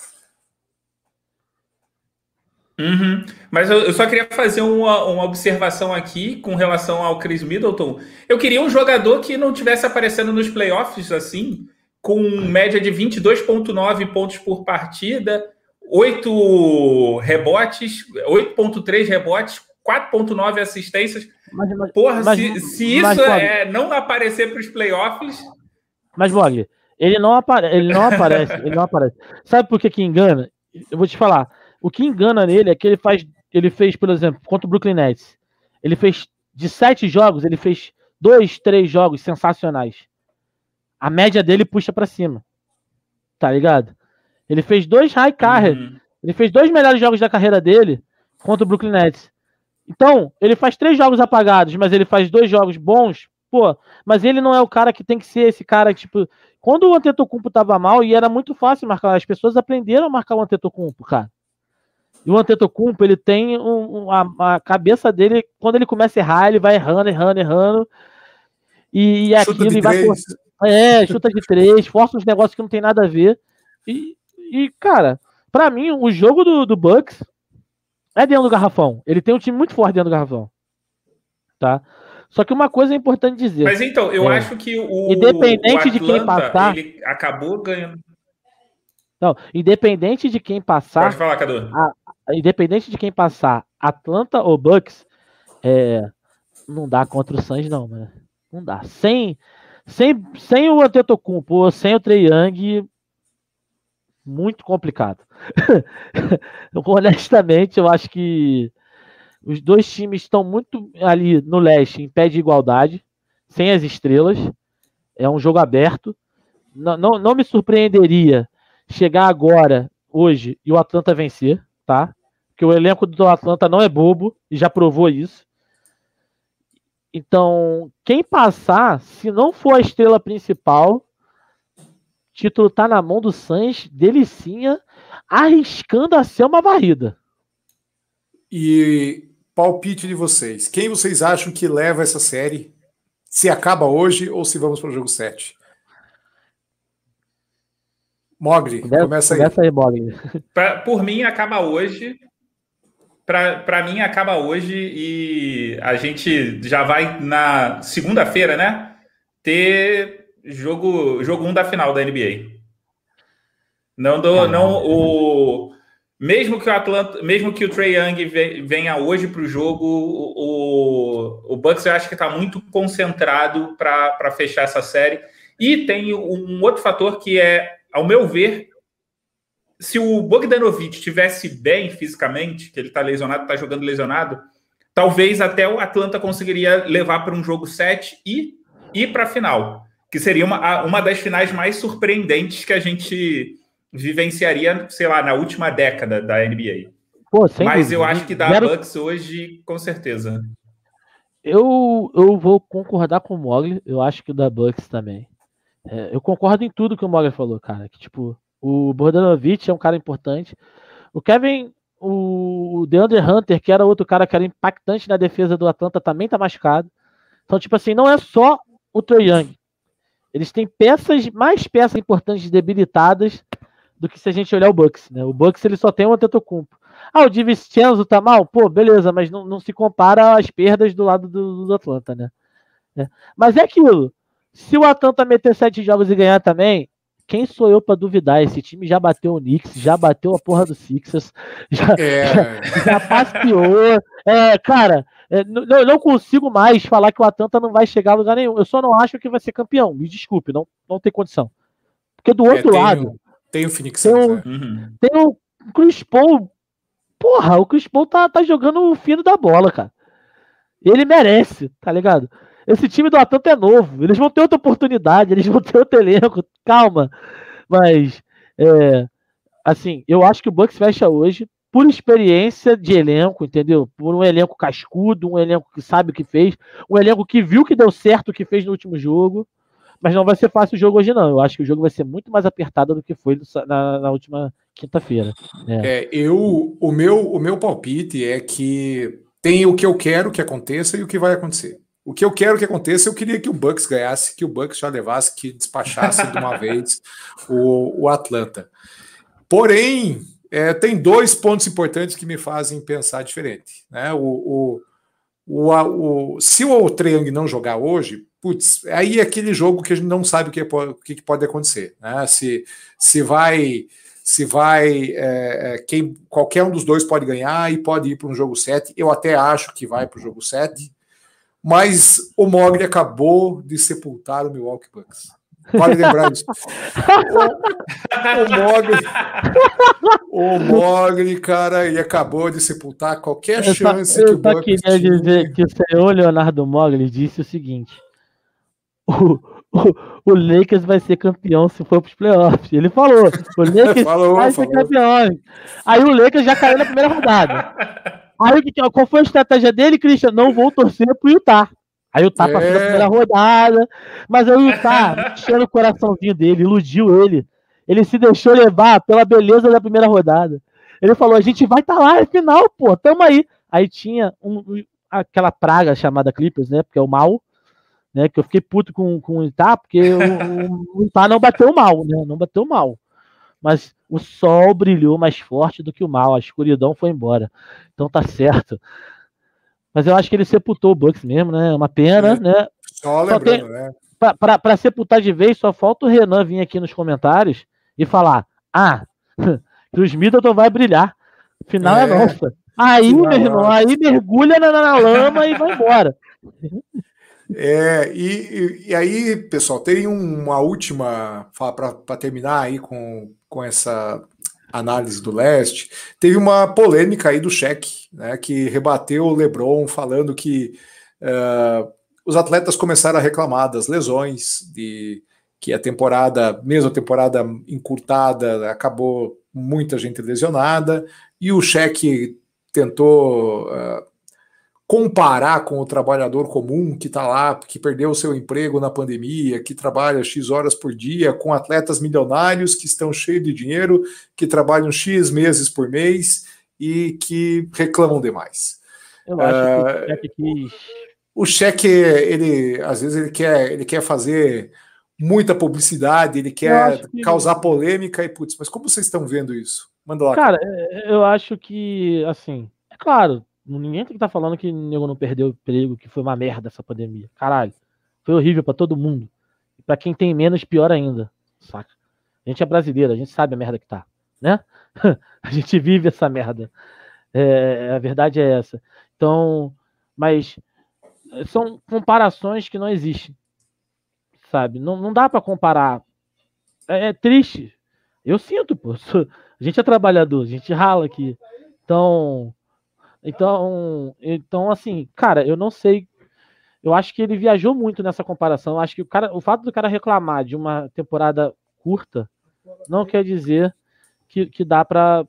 Uhum. Mas eu, eu só queria fazer uma, uma observação aqui com relação ao Chris Middleton. Eu queria um jogador que não tivesse aparecendo nos playoffs assim, com média de vinte e dois vírgula nove pontos por partida, oito rebotes, oito vírgula três rebotes, quatro vírgula nove assistências. Mas, mas, Porra, mas, se, se mas, isso mas, é não aparecer para os playoffs... Mas, Mogli, ele não, apare ele não aparece, ele não aparece. Sabe por que que engana? Eu vou te falar. O que engana nele é que ele faz, ele fez, por exemplo, contra o Brooklyn Nets. Ele fez, de sete jogos, ele fez dois, três jogos sensacionais. A média dele puxa pra cima. Tá ligado? Ele fez dois high carry. Uhum. Ele fez dois melhores jogos da carreira dele contra o Brooklyn Nets. Então, ele faz três jogos apagados, mas ele faz dois jogos bons. Pô, mas ele não é o cara que tem que ser esse cara, tipo... Quando o Antetokounmpo tava mal, e era muito fácil marcar, as pessoas aprenderam a marcar o Antetokounmpo, cara. E o Antetokounmpo, ele tem um, um, a, a cabeça dele, quando ele começa a errar, ele vai errando, errando, errando. E, e aquilo ele vai... É, chuta de três, força uns negócios que não tem nada a ver. E, e cara, pra mim, o jogo do, do Bucks é dentro do garrafão. Ele tem um time muito forte dentro do garrafão. Tá? Só que uma coisa é importante dizer. Mas então, eu é, acho que o, independente o Atlanta, de quem passar, ele acabou ganhando. Não, independente de quem passar. Pode falar, Cadu. A, independente de quem passar, Atlanta ou Bucks, é, não dá contra o Suns, não, mano. Não dá. Sem, sem, sem o Antetokounmpo ou sem o Trae Young, muito complicado. Honestamente, eu acho que os dois times estão muito ali no leste, em pé de igualdade, sem as estrelas. É um jogo aberto. Não, não, não me surpreenderia chegar agora, hoje, e o Atlanta vencer, tá? Porque o elenco do Atlanta não é bobo, e já provou isso. Então, quem passar, se não for a estrela principal, o título tá na mão do Suns, delicinha, arriscando a ser uma varrida. E palpite de vocês. Quem vocês acham que leva essa série? Se acaba hoje ou se vamos para o jogo sete? Mogli, começa, começa aí. Começa aí, Mogli. Pra, por mim, acaba hoje. Para mim, acaba hoje e a gente já vai na segunda-feira, né? Ter jogo jogo um da final da N B A. Não do, não o mesmo que o Atlanta, mesmo que o Trae Young venha hoje para o jogo, o, o Bucks eu acho que está muito concentrado para fechar essa série. E tem um outro fator que é, ao meu ver, se o Bogdanovic estivesse bem fisicamente, que ele está lesionado, está jogando lesionado, talvez até o Atlanta conseguiria levar para um jogo sete e ir para a final, que seria uma, uma das finais mais surpreendentes que a gente vivenciaria, sei lá, na última década da N B A. Pô, mas dúvida. Eu acho que dá Zero... Bucks hoje, com certeza. Eu, eu vou concordar com o Mogli, eu acho que dá Bucks também. É, eu concordo em tudo que o Mogli falou, cara, que tipo... O Bogdanovic é um cara importante. O Kevin, o DeAndre Hunter, que era outro cara que era impactante na defesa do Atlanta, também tá machucado. Então, tipo assim, não é só o Trae Young. Eles têm peças, mais peças importantes debilitadas do que se a gente olhar o Bucks, né? O Bucks, ele só tem o Antetokounmpo. Ah, o DiVincenzo tá mal? Pô, beleza, mas não, não se compara às perdas do lado do, do Atlanta, né? É. Mas é aquilo. Se o Atlanta meter sete jogos e ganhar também, quem sou eu pra duvidar? Esse time já bateu o Knicks, já bateu a porra do Sixers, já, é. já, já passeou. É, cara, é, não, não consigo mais falar que o Atlanta não vai chegar a lugar nenhum. Eu só não acho que vai ser campeão. Me desculpe, não, não tem condição. Porque do outro é, tem lado... O, tem o Phoenix tem Suns, o, né? Uhum. Tem o Chris Paul. Porra, o Chris Paul tá, tá jogando o fino da bola, cara. Ele merece, tá ligado? Esse time do Atlanta é novo. Eles vão ter outra oportunidade, eles vão ter outro elenco. Calma. Mas, é, assim, eu acho que o Bucks fecha hoje por experiência de elenco, entendeu? Por um elenco cascudo, um elenco que sabe o que fez, um elenco que viu que deu certo o que fez no último jogo. Mas não vai ser fácil o jogo hoje, não. Eu acho que o jogo vai ser muito mais apertado do que foi na, na última quinta-feira. É. É, eu, o, meu, o meu palpite é que tem o que eu quero que aconteça e o que vai acontecer. O que eu quero que aconteça, eu queria que o Bucks ganhasse, que o Bucks já levasse, que despachasse de uma vez o, o Atlanta. Porém, é, tem dois pontos importantes que me fazem pensar diferente. Né? O, o, o, o, se o Trae Young não jogar hoje, putz, aí é aquele jogo que a gente não sabe o que, o que pode acontecer. Né? Se, se vai... Se vai, é, quem, qualquer um dos dois pode ganhar e pode ir para um jogo sete. Eu até acho que vai para o jogo sete, mas o Mogli acabou de sepultar o Milwaukee Bucks. Vale lembrar isso. O, o Mogli, o Mogli, cara, ele acabou de sepultar qualquer eu chance só, que eu o Bucks queria tinha. dizer que o senhor Leonardo Mogli disse o seguinte: o O, o Lakers vai ser campeão se for para os playoffs. Ele falou, o Lakers falou, vai falou. ser campeão. Aí o Lakers já caiu na primeira rodada. Aí qual foi a estratégia dele, Christian? Não vou torcer pro Utah. Aí o Utah é. passou na primeira rodada, mas aí o Utah encheu o coraçãozinho dele, iludiu ele. Ele se deixou levar pela beleza da primeira rodada. Ele falou, a gente vai estar tá lá, é final, pô, tamo aí. Aí tinha um, aquela praga chamada Clippers, né, porque é o mal. Né, que eu fiquei puto com, com o Utah, porque o, o Utah não bateu mal, né? Não bateu mal. Mas o sol brilhou mais forte do que o mal, a escuridão foi embora. Então tá certo. Mas eu acho que ele sepultou o Bucks mesmo, né? Uma pena, é, né? Só lembrando, tem, né? Pra, pra, pra sepultar de vez, só falta o Renan vir aqui nos comentários e falar: ah, que o Middleton vai brilhar. Final é, é nossa. Aí, meu irmão, aí mergulha na, na lama e vai embora. É, e, e aí, pessoal, tem uma última, para terminar aí com, com essa análise do leste, teve uma polêmica aí do Shaq, né, que rebateu o LeBron falando que uh, os atletas começaram a reclamar das lesões, de que a temporada, mesmo a temporada encurtada, acabou muita gente lesionada, e o Shaq tentou... Uh, comparar com o trabalhador comum que está lá, que perdeu o seu emprego na pandemia, que trabalha X horas por dia, com atletas milionários que estão cheios de dinheiro, que trabalham X meses por mês e que reclamam demais. Eu acho uh, que o Shaq quis... O Shaq, ele, às vezes, ele quer, ele quer fazer muita publicidade, ele quer que... causar polêmica e, putz, mas como vocês estão vendo isso? Manda lá. Cara, cara. Eu acho que, assim, é claro, ninguém tem que estar falando que o nego não perdeu o emprego, que foi uma merda essa pandemia. Caralho. Foi horrível pra todo mundo. E pra quem tem menos, pior ainda. Saca? A gente é brasileiro, a gente sabe a merda que tá. Né? A gente vive essa merda. É, a verdade é essa. Então, mas são comparações que não existem. Sabe? Não, não dá pra comparar. É, é triste. Eu sinto, pô. A gente é trabalhador, a gente rala aqui. Então... Então, então, assim, cara, eu não sei. Eu acho que ele viajou muito nessa comparação. Eu acho que o, cara, o fato do cara reclamar de uma temporada curta não quer dizer que, que dá pra.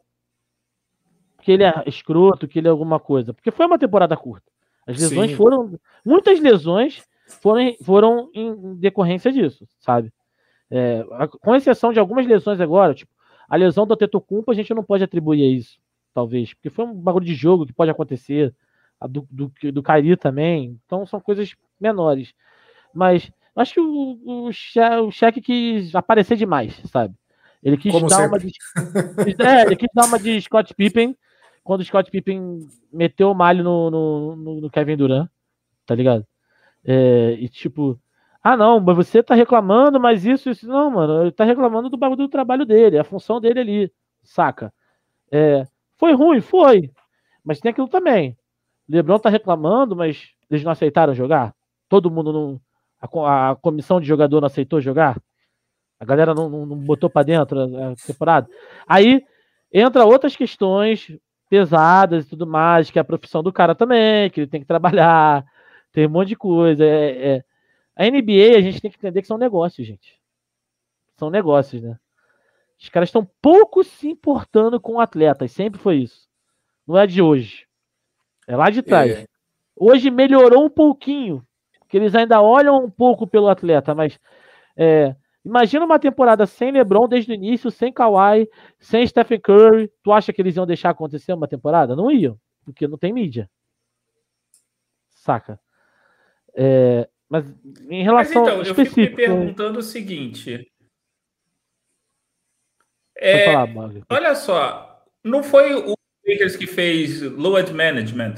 Que ele é escroto, que ele é alguma coisa. Porque foi uma temporada curta. As lesões Sim. foram. Muitas lesões foram, foram em decorrência disso, sabe? É, com exceção de algumas lesões agora, tipo, a lesão do Antetokounmpo a gente não pode atribuir a isso. Talvez, porque foi um bagulho de jogo que pode acontecer, a do, do, do Kyrie também, então são coisas menores. Mas acho que o, o, o Shaq quis aparecer demais, sabe? Ele quis Como dar sempre. uma de, é, ele quis dar uma de Scott Pippen, quando o Scott Pippen meteu o malho no, no, no, no Kevin Durant, tá ligado? É, e tipo, ah não, mas você tá reclamando, mas isso, isso, não, mano, ele tá reclamando do bagulho do trabalho dele, a função dele ali, saca? É, foi ruim? Foi. Mas tem aquilo também. O LeBron tá reclamando, mas eles não aceitaram jogar? Todo mundo não... A, a comissão de jogador não aceitou jogar? A galera não, não, não botou para dentro a temporada. Aí entra outras questões pesadas e tudo mais, que é a profissão do cara também, que ele tem que trabalhar, tem um monte de coisa. É, é. A N B A, a gente tem que entender que são negócios, gente. São negócios, né? Os caras estão pouco se importando com atletas, sempre foi isso. Não é de hoje. É lá de trás. É. Hoje melhorou um pouquinho, porque eles ainda olham um pouco pelo atleta, mas é, imagina uma temporada sem LeBron desde o início, sem Kawhi, sem Stephen Curry. Tu acha que eles iam deixar acontecer uma temporada? Não iam, porque não tem mídia. Saca? É, mas em relação... Mas então, eu fico me perguntando o seguinte... É, falar, olha só, não foi o Lakers que fez load management,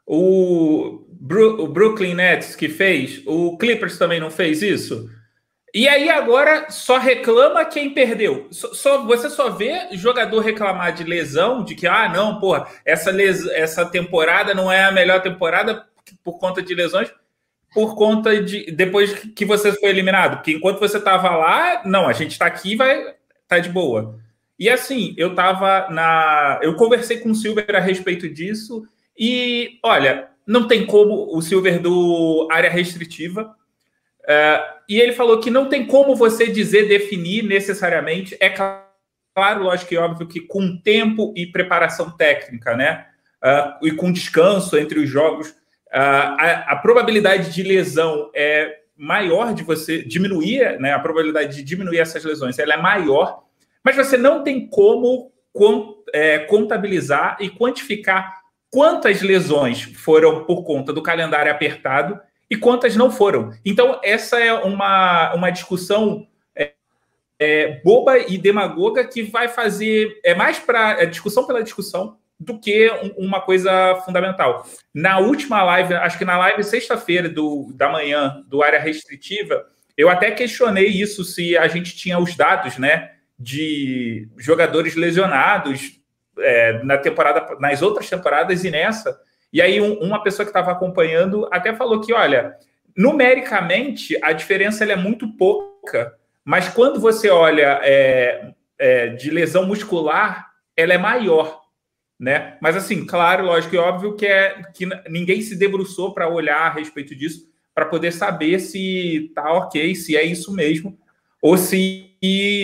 o, Bru o Brooklyn Nets que fez, o Clippers também não fez isso? E aí agora só reclama quem perdeu. Só, só, você só vê jogador reclamar de lesão, de que, ah, não, porra, essa, les essa temporada não é a melhor temporada por conta de lesões, por conta de... depois que você foi eliminado. Porque enquanto você estava lá, não, a gente está aqui e vai tá de boa. E assim, eu tava na... Eu conversei com o Silver a respeito disso e, olha, não tem como o Silver do área restritiva. Uh, e ele falou que não tem como você dizer, definir necessariamente. É claro, lógico e óbvio que com tempo e preparação técnica, né? Uh, e com descanso entre os jogos, uh, a, a probabilidade de lesão é maior de você diminuir, né? A probabilidade de diminuir essas lesões, ela é maior. Mas você não tem como é, contabilizar e quantificar quantas lesões foram por conta do calendário apertado e quantas não foram. Então, essa é uma, uma discussão é, é, boba e demagoga que vai fazer... É mais para é discussão pela discussão do que um, uma coisa fundamental. Na última live, acho que na live sexta-feira do, da manhã do Área Restritiva, eu até questionei isso, se a gente tinha os dados, né, de jogadores lesionados é, na temporada, nas outras temporadas e nessa. E aí um, uma pessoa que estava acompanhando até falou que, olha, numericamente a diferença ela é muito pouca, mas quando você olha é, é, de lesão muscular, ela é maior, né? Mas assim, claro, lógico e óbvio que, é, que ninguém se debruçou para olhar a respeito disso, para poder saber se tá ok, se é isso mesmo, ou se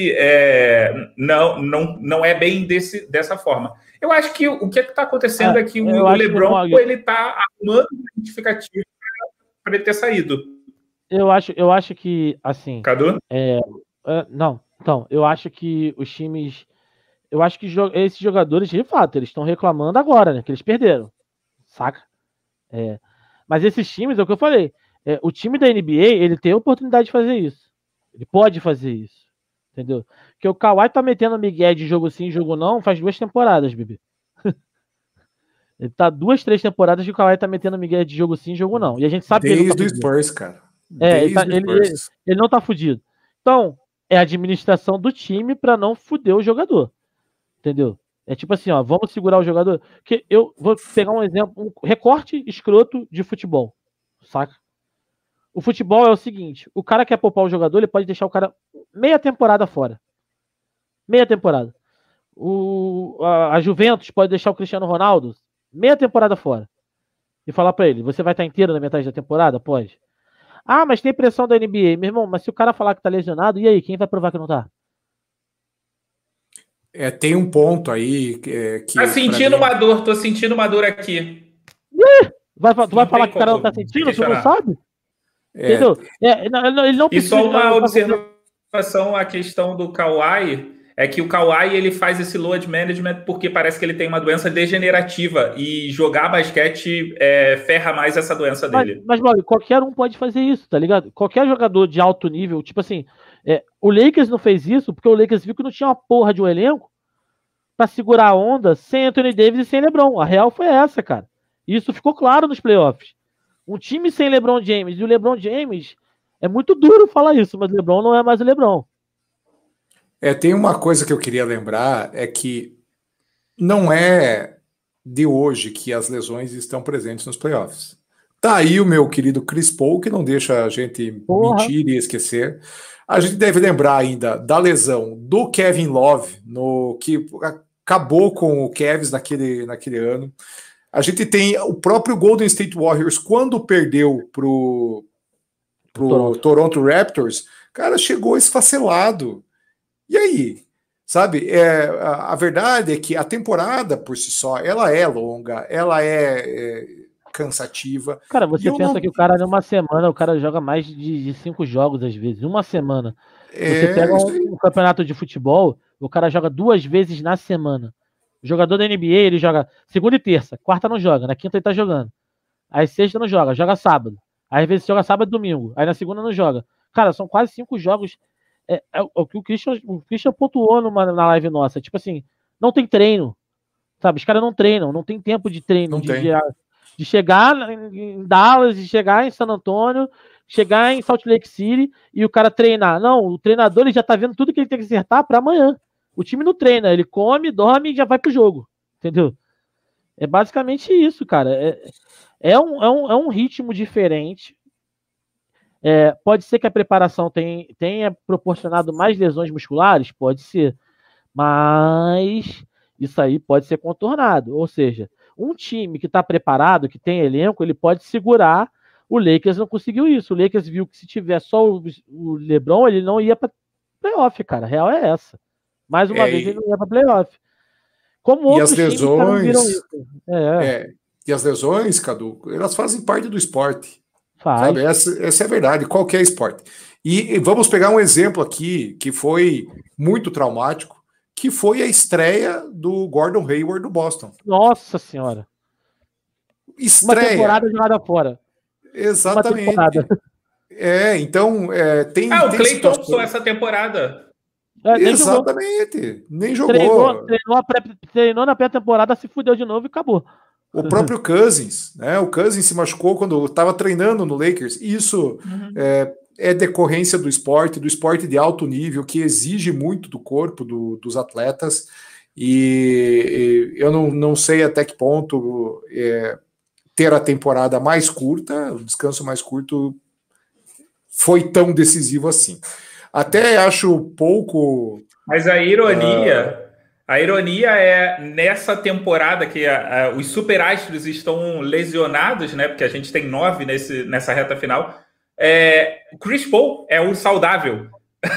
é, não, não, não é bem desse, dessa forma. Eu acho que o que está acontecendo é, é que o, o LeBron ele está arrumando um justificativo para ele ter saído. Eu acho, eu acho que, assim... Cadu? É, é, não, então, eu acho que os times... Eu acho que jo esses jogadores, de fato, eles estão reclamando agora, né? Que eles perderam, saca? É, mas esses times, é o que eu falei, é, o time da N B A, ele tem a oportunidade de fazer isso. Ele pode fazer isso, entendeu? Porque o Kawhi tá metendo migué de jogo sim, jogo não, faz duas temporadas, bebê. Ele tá duas, três temporadas que o Kawhi tá metendo migué de jogo sim, jogo não. E a gente sabe Desde que ele não tá o Spurs, cara. É, ele, tá, ele, ele, ele não tá fudido. Então, é a administração do time pra não fuder o jogador. Entendeu? É tipo assim, ó, vamos segurar o jogador. Que eu vou pegar um exemplo, um recorte escroto de futebol, saca? O futebol é o seguinte, o cara quer poupar o jogador, ele pode deixar o cara meia temporada fora. Meia temporada. O, a, a Juventus pode deixar o Cristiano Ronaldo meia temporada fora. E falar pra ele, você vai estar inteiro na metade da temporada? Pode. Ah, mas tem pressão da N B A. Meu irmão, mas se o cara falar que tá lesionado, e aí, quem vai provar que não tá? É, tem um ponto aí que... que tá sentindo mim... uma dor, tô sentindo uma dor aqui. Vai, tu vai falar que o cara não tá sentindo? Tu não sabe? É. Entendeu? É, ele não e só uma observação à questão do Kawhi, é que o Kawhi ele faz esse load management porque parece que ele tem uma doença degenerativa e jogar basquete é, ferra mais essa doença dele. Mas, mas qualquer um pode fazer isso, tá ligado? Qualquer jogador de alto nível, tipo assim, é, o Lakers não fez isso porque o Lakers viu que não tinha uma porra de um elenco pra segurar a onda sem Anthony Davis e sem LeBron. A real foi essa, cara. Isso ficou claro nos playoffs. Um time sem LeBron James, e o LeBron James, é muito duro falar isso, mas o LeBron não é mais o LeBron. É, tem uma coisa que eu queria lembrar, é que não é de hoje que as lesões estão presentes nos playoffs. Tá aí o meu querido Chris Paul, que não deixa a gente Porra. mentir e esquecer. A gente deve lembrar ainda da lesão do Kevin Love, no, que acabou com o Cavs naquele, naquele ano. A gente tem o próprio Golden State Warriors, quando perdeu pro, pro Toronto. Toronto Raptors, cara, chegou esfacelado. E aí? Sabe, é, a, a verdade é que a temporada por si só, ela é longa, ela é, é cansativa. Cara, você pensa não... que o cara, numa semana, o cara joga mais de, de cinco jogos, às vezes. Uma semana. É, você pega um, um campeonato de futebol, o cara joga duas vezes na semana. O jogador da N B A, ele joga segunda e terça. Quarta não joga, na quinta ele tá jogando. Aí sexta não joga, joga sábado. Aí às vezes joga sábado e domingo. Aí na segunda não joga. Cara, são quase cinco jogos. É, é, é o que o Christian, o Christian pontuou numa, na live nossa. Tipo assim, não tem treino. Sabe? Os caras não treinam, não tem tempo de treino. Não de, tem. de, de chegar em Dallas, de chegar em San Antonio, chegar em Salt Lake City e o cara treinar. Não, o treinador ele já tá vendo tudo que ele tem que acertar para amanhã. O time não treina, ele come, dorme e já vai pro jogo. Entendeu? É basicamente isso, cara. É, é, um, é, um, é um ritmo diferente. É, pode ser que a preparação tenha, tenha proporcionado mais lesões musculares? Pode ser. Mas isso aí pode ser contornado. Ou seja, um time que está preparado, que tem elenco, ele pode segurar. O Lakers não conseguiu isso. O Lakers viu que se tiver só o, o LeBron, ele não ia para playoff, cara. A real é essa. Mais uma é, vez, ele não ia para playoff. Como e outros as lesões, times não viram isso. É. É, e as lesões, Cadu, elas fazem parte do esporte. Faz. Sabe? Essa, essa é a verdade, qualquer esporte. E, e vamos pegar um exemplo aqui que foi muito traumático, que foi a estreia do Gordon Hayward do Boston. Nossa senhora. Estreia. Uma temporada jogada fora. Exatamente. É, então é, tem. Ah, o tem Klay situações... Thompson essa temporada. É, nem Exatamente, jogou. nem jogou. Treinou, treinou, pré, treinou na pré-temporada, se fudeu de novo e acabou. O próprio Cousins, né? O Cousins se machucou quando estava treinando no Lakers. Isso uhum. é, é decorrência do esporte, do esporte de alto nível, que exige muito do corpo do, dos atletas. E, e eu não, não sei até que ponto é, ter a temporada mais curta, o descanso mais curto, foi tão decisivo assim. Até acho pouco. Mas a ironia. Uh... A ironia é, nessa temporada que a, a, os superastros estão lesionados, né? Porque a gente tem nove nesse, nessa reta final. É, o Chris Paul é o saudável.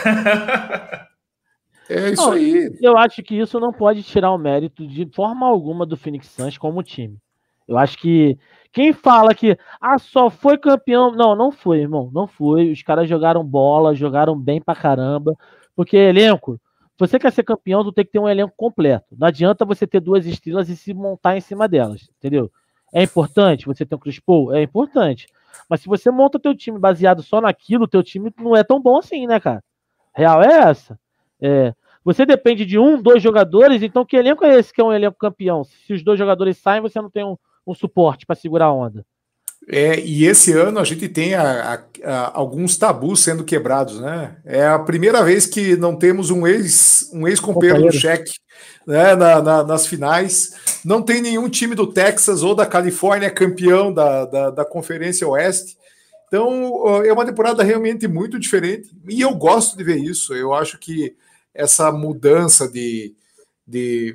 É isso não, aí. Eu acho que isso não pode tirar o mérito de forma alguma do Phoenix Suns como time. Eu acho que quem fala que ah, só foi campeão... Não, não foi, irmão. Não foi. Os caras jogaram bola, jogaram bem pra caramba. Porque elenco... Você quer ser campeão, tu tem que ter um elenco completo. Não adianta você ter duas estrelas e se montar em cima delas, entendeu? É importante você ter um Chris Paul? É importante. Mas se você monta teu time baseado só naquilo, teu time não é tão bom assim, né, cara? Real é essa. É, você depende de um, dois jogadores, então que elenco é esse que é um elenco campeão? Se os dois jogadores saem, você não tem um, um suporte para segurar a onda. É, e esse ano a gente tem a, a, a, alguns tabus sendo quebrados, né? É a primeira vez que não temos um ex um ex-companheiro do Shaq, né, na, na, nas finais. Não tem nenhum time do Texas ou da Califórnia campeão da, da, da Conferência Oeste. Então é uma temporada realmente muito diferente. E eu gosto de ver isso. Eu acho que essa mudança de, de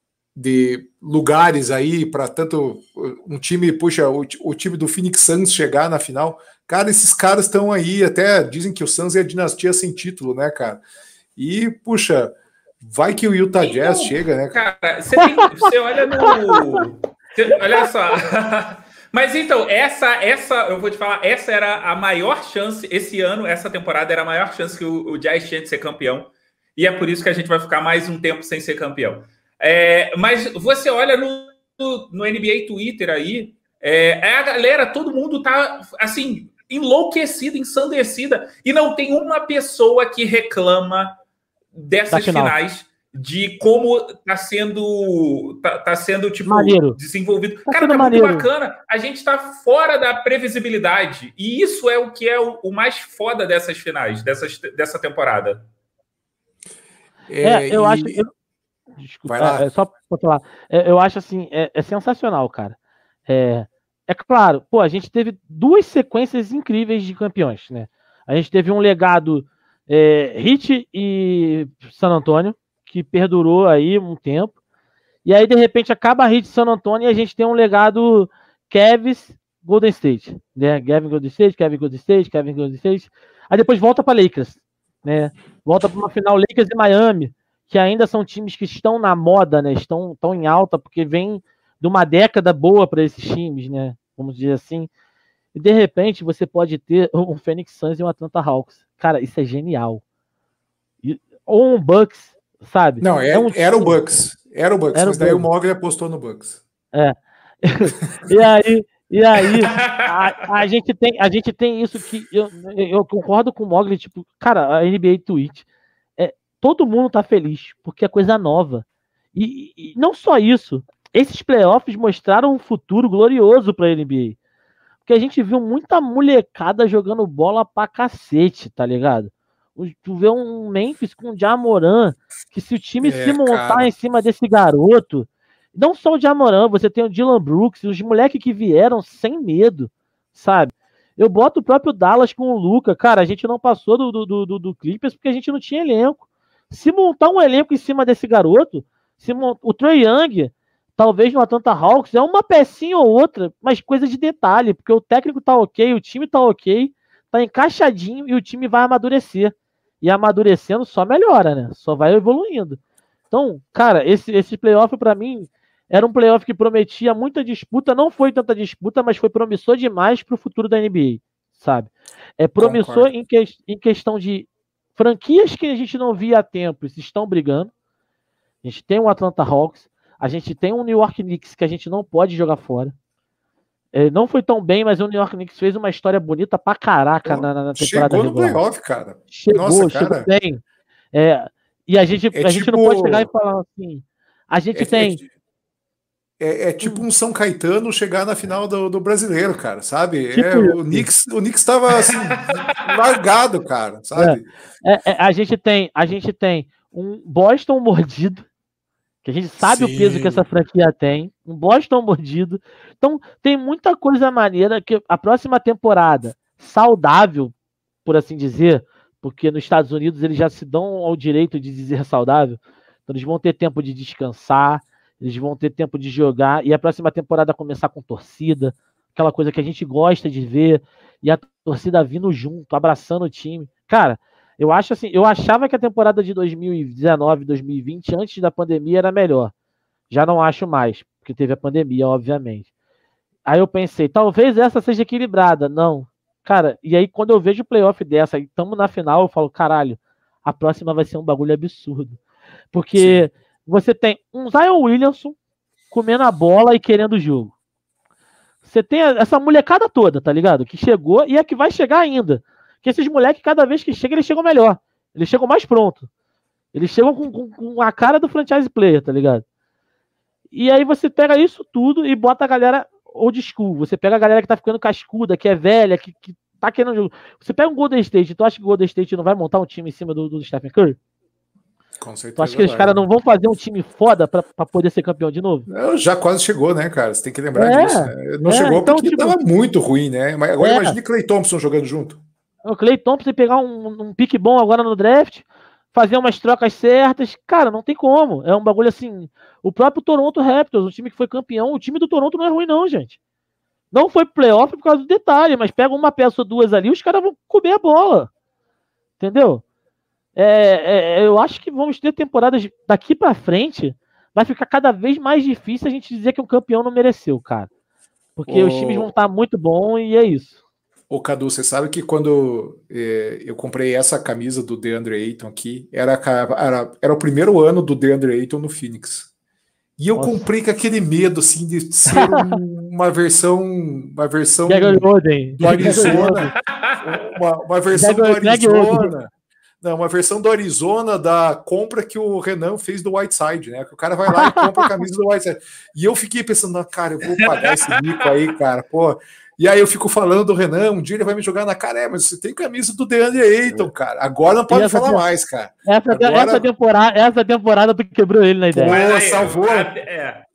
de lugares aí para tanto um time, puxa, o, o time do Phoenix Suns chegar na final, cara, esses caras estão aí, até dizem que o Suns é a dinastia sem título, né, cara? E, puxa, vai que o Utah então, Jazz chega, né, cara? Cara, você, tem, você olha no... Você, olha só... Mas então, essa, essa, eu vou te falar, essa era a maior chance, esse ano, essa temporada era a maior chance que o, o Jazz tinha de ser campeão, e é por isso que a gente vai ficar mais um tempo sem ser campeão. É, mas você olha no, no, no N B A Twitter aí, é, a galera, todo mundo tá, assim, enlouquecida, ensandecida, e não tem uma pessoa que reclama dessas finais, de como tá sendo, tá, tá sendo, tipo, maneiro. desenvolvido. Tá Cara, tá maneiro. muito bacana, a gente tá fora da previsibilidade, e isso é o que é o, o mais foda dessas finais, dessas, dessa temporada. É, é eu e... acho... Eu... Desculpa, é, é, só pra falar. É, eu acho assim, é, é sensacional, cara. É, é claro, pô, a gente teve duas sequências incríveis de campeões, né? A gente teve um legado é, Heat e San Antonio, que perdurou aí um tempo. E aí, de repente, acaba a Heat de San Antonio e a gente tem um legado Cavs Golden State, né? Kevin Golden State, Kevin Golden State, Kevin Golden State. Aí depois volta para Lakers, né? Volta para uma final Lakers e Miami, que ainda são times que estão na moda, né? Estão, estão em alta, porque vem de uma década boa para esses times, né? Vamos dizer assim. E de repente você pode ter um Phoenix Suns e um Atlanta Hawks. Cara, isso é genial. E, ou um Bucks, sabe? Não, é, é um era o Bucks. Era o Bucks, era mas o daí Bucks. o Mogli apostou no Bucks. É. e aí, e aí a, a, gente tem, a gente tem isso que eu, eu concordo com o Mogli, tipo, cara, a N B A Twitch, é, todo mundo tá feliz, porque é coisa nova. E, e não só isso, esses playoffs mostraram um futuro glorioso pra N B A. Porque a gente viu muita molecada jogando bola pra cacete, tá ligado? Tu vê um Memphis com o Ja Morant, que se o time É, se montar cara. em cima desse garoto, não só o Ja Morant, você tem o Dylan Brooks, os moleques que vieram sem medo, sabe? Eu boto o próprio Dallas com o Luka, cara, a gente não passou do, do, do, do Clippers porque a gente não tinha elenco. Se montar um elenco em cima desse garoto, se mont... o Trae Young, talvez no Atlanta Hawks, é uma pecinha ou outra, mas coisa de detalhe, porque o técnico tá ok, o time tá ok, tá encaixadinho e o time vai amadurecer. E amadurecendo só melhora, né? Só vai evoluindo. Então, cara, esse, esse playoff pra mim era um playoff que prometia muita disputa, não foi tanta disputa, mas foi promissor demais pro futuro da N B A, sabe? É promissor em, que, em questão de franquias que a gente não via há tempos estão brigando. A gente tem o Atlanta Hawks, a gente tem o New York Knicks que a gente não pode jogar fora. É, não foi tão bem, mas o New York Knicks fez uma história bonita pra caraca. Pô, na, na temporada chegou regular. No playoff, cara. Chegou, Nossa, chegou cara. bem. É, e a gente, é a tipo... gente não pode chegar e falar assim. A gente é, tem. É, é tipo um São Caetano chegar na final do, do Brasileiro, cara, sabe? Tipo é, o Knicks, o Knicks tava assim, largado, cara, sabe? É, é, a gente tem, a gente tem um Boston mordido, que a gente sabe Sim. o peso que essa franquia tem, um Boston mordido. Então, tem muita coisa maneira que a próxima temporada, saudável, por assim dizer, porque nos Estados Unidos eles já se dão ao direito de dizer saudável, então eles vão ter tempo de descansar, eles vão ter tempo de jogar, e a próxima temporada começar com torcida, aquela coisa que a gente gosta de ver, e a torcida vindo junto, abraçando o time. Cara, eu acho assim, eu achava que a temporada de dois mil e dezenove, dois mil e vinte, antes da pandemia, era melhor. Já não acho mais, porque teve a pandemia, obviamente. Aí eu pensei, talvez essa seja equilibrada. Não. Cara, e aí quando eu vejo o playoff dessa, e estamos na final, eu falo, caralho, a próxima vai ser um bagulho absurdo. Porque Sim. você tem um Zion Williamson comendo a bola e querendo o jogo. Você tem essa molecada toda, tá ligado? Que chegou e é que vai chegar ainda. Porque esses moleques, cada vez que chegam, eles chegam melhor. Eles chegam mais pronto. Eles chegam com, com, com a cara do franchise player, tá ligado? E aí você pega isso tudo e bota a galera old school. Você pega a galera que tá ficando cascuda, que é velha, que, que tá querendo jogo. Você pega um Golden State, tu acha que o Golden State não vai montar um time em cima do, do Stephen Curry? Com certeza. Tu acha que os caras não vão fazer um time foda pra, pra poder ser campeão de novo? Não, já quase chegou, né, cara? Você tem que lembrar é, disso. Né? Não é, chegou então, porque tipo, tava muito ruim, né? Mas agora é. imagine Klay Thompson jogando junto. O Klay Thompson pegar um, um pique bom agora no draft, fazer umas trocas certas, cara, não tem como. É um bagulho assim. O próprio Toronto Raptors, o time que foi campeão, o time do Toronto não é ruim, não, gente. Não foi pro playoff por causa do detalhe, mas pega uma peça ou duas ali, os caras vão comer a bola. Entendeu? É, é, eu acho que vamos ter temporadas daqui pra frente, vai ficar cada vez mais difícil a gente dizer que um campeão não mereceu, cara. Porque oh. os times vão estar muito bons e é isso. Ô Cadu, você sabe que quando é, eu comprei essa camisa do DeAndre Ayton aqui, era, era, era o primeiro ano do DeAndre Ayton no Phoenix. E eu Nossa. comprei com aquele medo, assim, de ser um, uma versão uma versão do Arizona, uma, uma versão do Arizona, não, uma versão do Arizona da compra que o Renan fez do Whiteside, né? Que o cara vai lá e compra a camisa do Whiteside. E eu fiquei pensando, cara, eu vou pagar esse mico aí, cara, pô. E aí eu fico falando do Renan, um dia ele vai me jogar na cara, é, mas você tem camisa do DeAndre Ayton, cara. Agora não pode falar temporada, mais, cara. Essa, Agora... essa, temporada, essa temporada tu quebrou ele na ideia. Pô, salvou. É.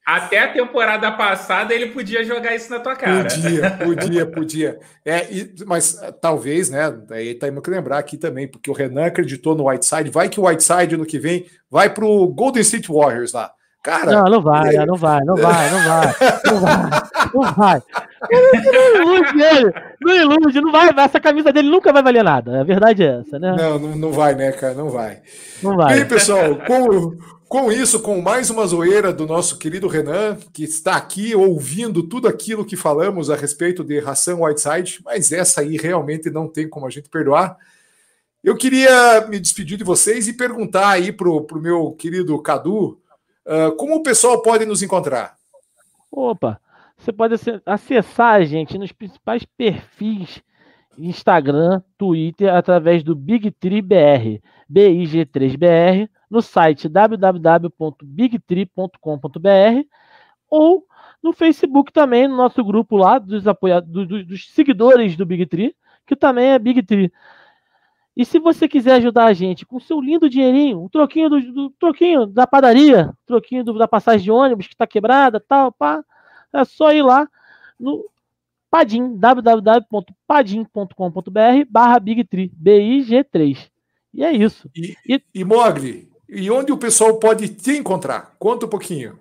Até a temporada passada ele podia jogar isso na tua cara. Podia, podia, podia. É, e, mas talvez, né? Daí temos que lembrar aqui também, porque o Renan acreditou no Whiteside. Vai que o Whiteside no que vem vai para o Golden State Warriors lá. Cara, não, não vai, ele... não vai, não vai, não vai, não vai, não vai. Não ilude ele, não ilude, não vai, essa camisa dele nunca vai valer nada, a verdade é essa, né? Não, não, não vai, né, cara, não vai. Não vai. Bem, pessoal, com, com isso, com mais uma zoeira do nosso querido Renan, que está aqui ouvindo tudo aquilo que falamos a respeito de Hassan Whiteside, mas essa aí realmente não tem como a gente perdoar. Eu queria me despedir de vocês e perguntar aí pro, pro meu querido Cadu, Uh, como o pessoal pode nos encontrar? Opa, você pode acessar a gente nos principais perfis Instagram, Twitter, através do Big tree B R, B I G três B R, no site w w w ponto big tree ponto com ponto b r ou no Facebook também, no nosso grupo lá dos, apoiadores, dos, dos seguidores do Big Tree, que também é Big Tree. E se você quiser ajudar a gente com seu lindo dinheirinho, o troquinho do, do troquinho da padaria, o troquinho do, da passagem de ônibus que está quebrada, tal, pá, é só ir lá no Padim, w w w ponto padim ponto com ponto b r barra Big Tree, B I G três. E é isso. E, e... e Mogli, e onde o pessoal pode te encontrar? Conta um pouquinho.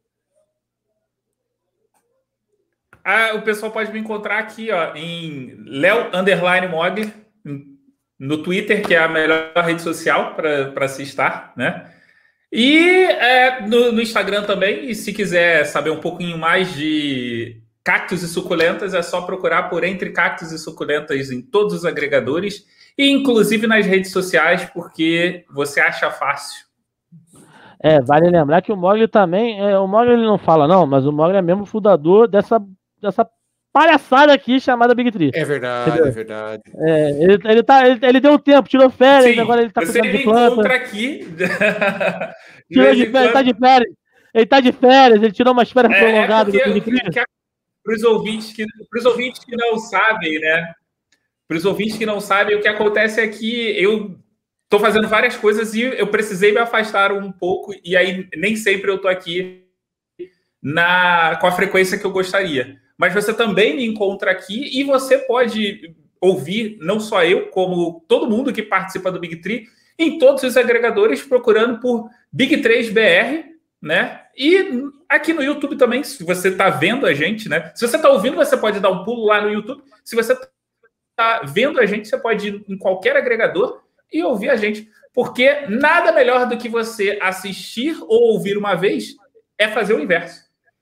Ah, o pessoal pode me encontrar aqui, ó, em Léo Underline Mogli, no Twitter, que é a melhor rede social para se estar, né? E é, no, no Instagram também. E se quiser saber um pouquinho mais de cactos e suculentas, é só procurar por Entre Cactos e Suculentas em todos os agregadores, e inclusive nas redes sociais, porque você acha fácil. É, vale lembrar que o Mogli também, é, o Mogli ele não fala não, mas o Mogli é mesmo fundador dessa, dessa palhaçada aqui chamada Big Tree. É verdade, entendeu? É verdade. É, ele, ele, tá, ele, ele deu tempo, tirou férias, Sim, agora ele tá você me encontra aqui. Tirou de férias, ele tá de férias. Ele tá de férias, ele tirou umas férias é, prolongadas é do Big Tree. Para os ouvintes que, ouvintes que não sabem, né? Para os ouvintes que não sabem, o que acontece é que eu estou fazendo várias coisas e eu precisei me afastar um pouco, e aí nem sempre eu estou aqui na, com a frequência que eu gostaria. Mas você também me encontra aqui e você pode ouvir, não só eu, como todo mundo que participa do Big Tree, em todos os agregadores, procurando por Big três B R, né? E aqui no YouTube também, se você está vendo a gente, né? Se você está ouvindo, você pode dar um pulo lá no YouTube. Se você está vendo a gente, você pode ir em qualquer agregador e ouvir a gente. Porque nada melhor do que você assistir ou ouvir uma vez é fazer o inverso.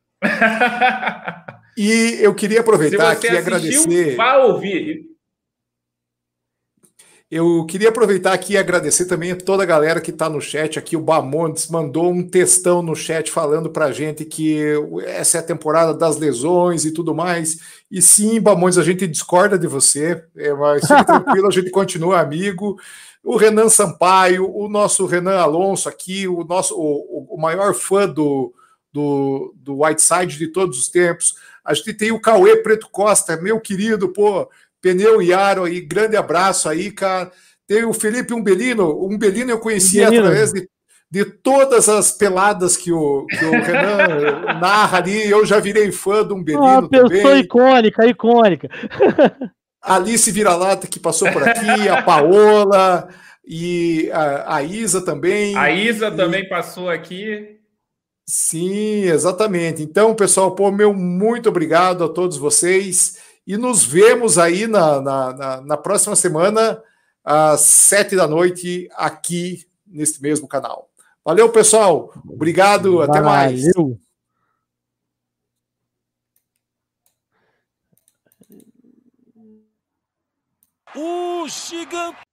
E eu queria aproveitar aqui e agradecer. Vá ouvir. Eu queria aproveitar aqui e agradecer também a toda a galera que está no chat aqui. O Bamontes mandou um textão no chat falando para a gente que essa é a temporada das lesões e tudo mais. E sim, Bamontes, a gente discorda de você, é, mas fique tranquilo, a gente continua amigo. O Renan Sampaio, o nosso Renan Alonso aqui, o nosso o, o maior fã do, do, do Whiteside de todos os tempos. A gente tem o Cauê Preto Costa, meu querido, pô, Pneu Iaro aí, grande abraço aí, cara. Tem o Felipe Umbelino, o Umbelino eu conhecia Umbelino. através de, de todas as peladas que o, que o Renan narra ali, eu já virei fã do Umbelino ah, também. Pessoa icônica, icônica. Alice Vira-Lata, que passou por aqui, a Paola e a, a Isa também. A Isa e... também passou aqui. Sim, exatamente. Então, pessoal, pô, meu muito obrigado a todos vocês e nos vemos aí na, na, na, na próxima semana, às sete da noite, aqui nesse mesmo canal. Valeu, pessoal. Obrigado, até mais. Valeu. O gigante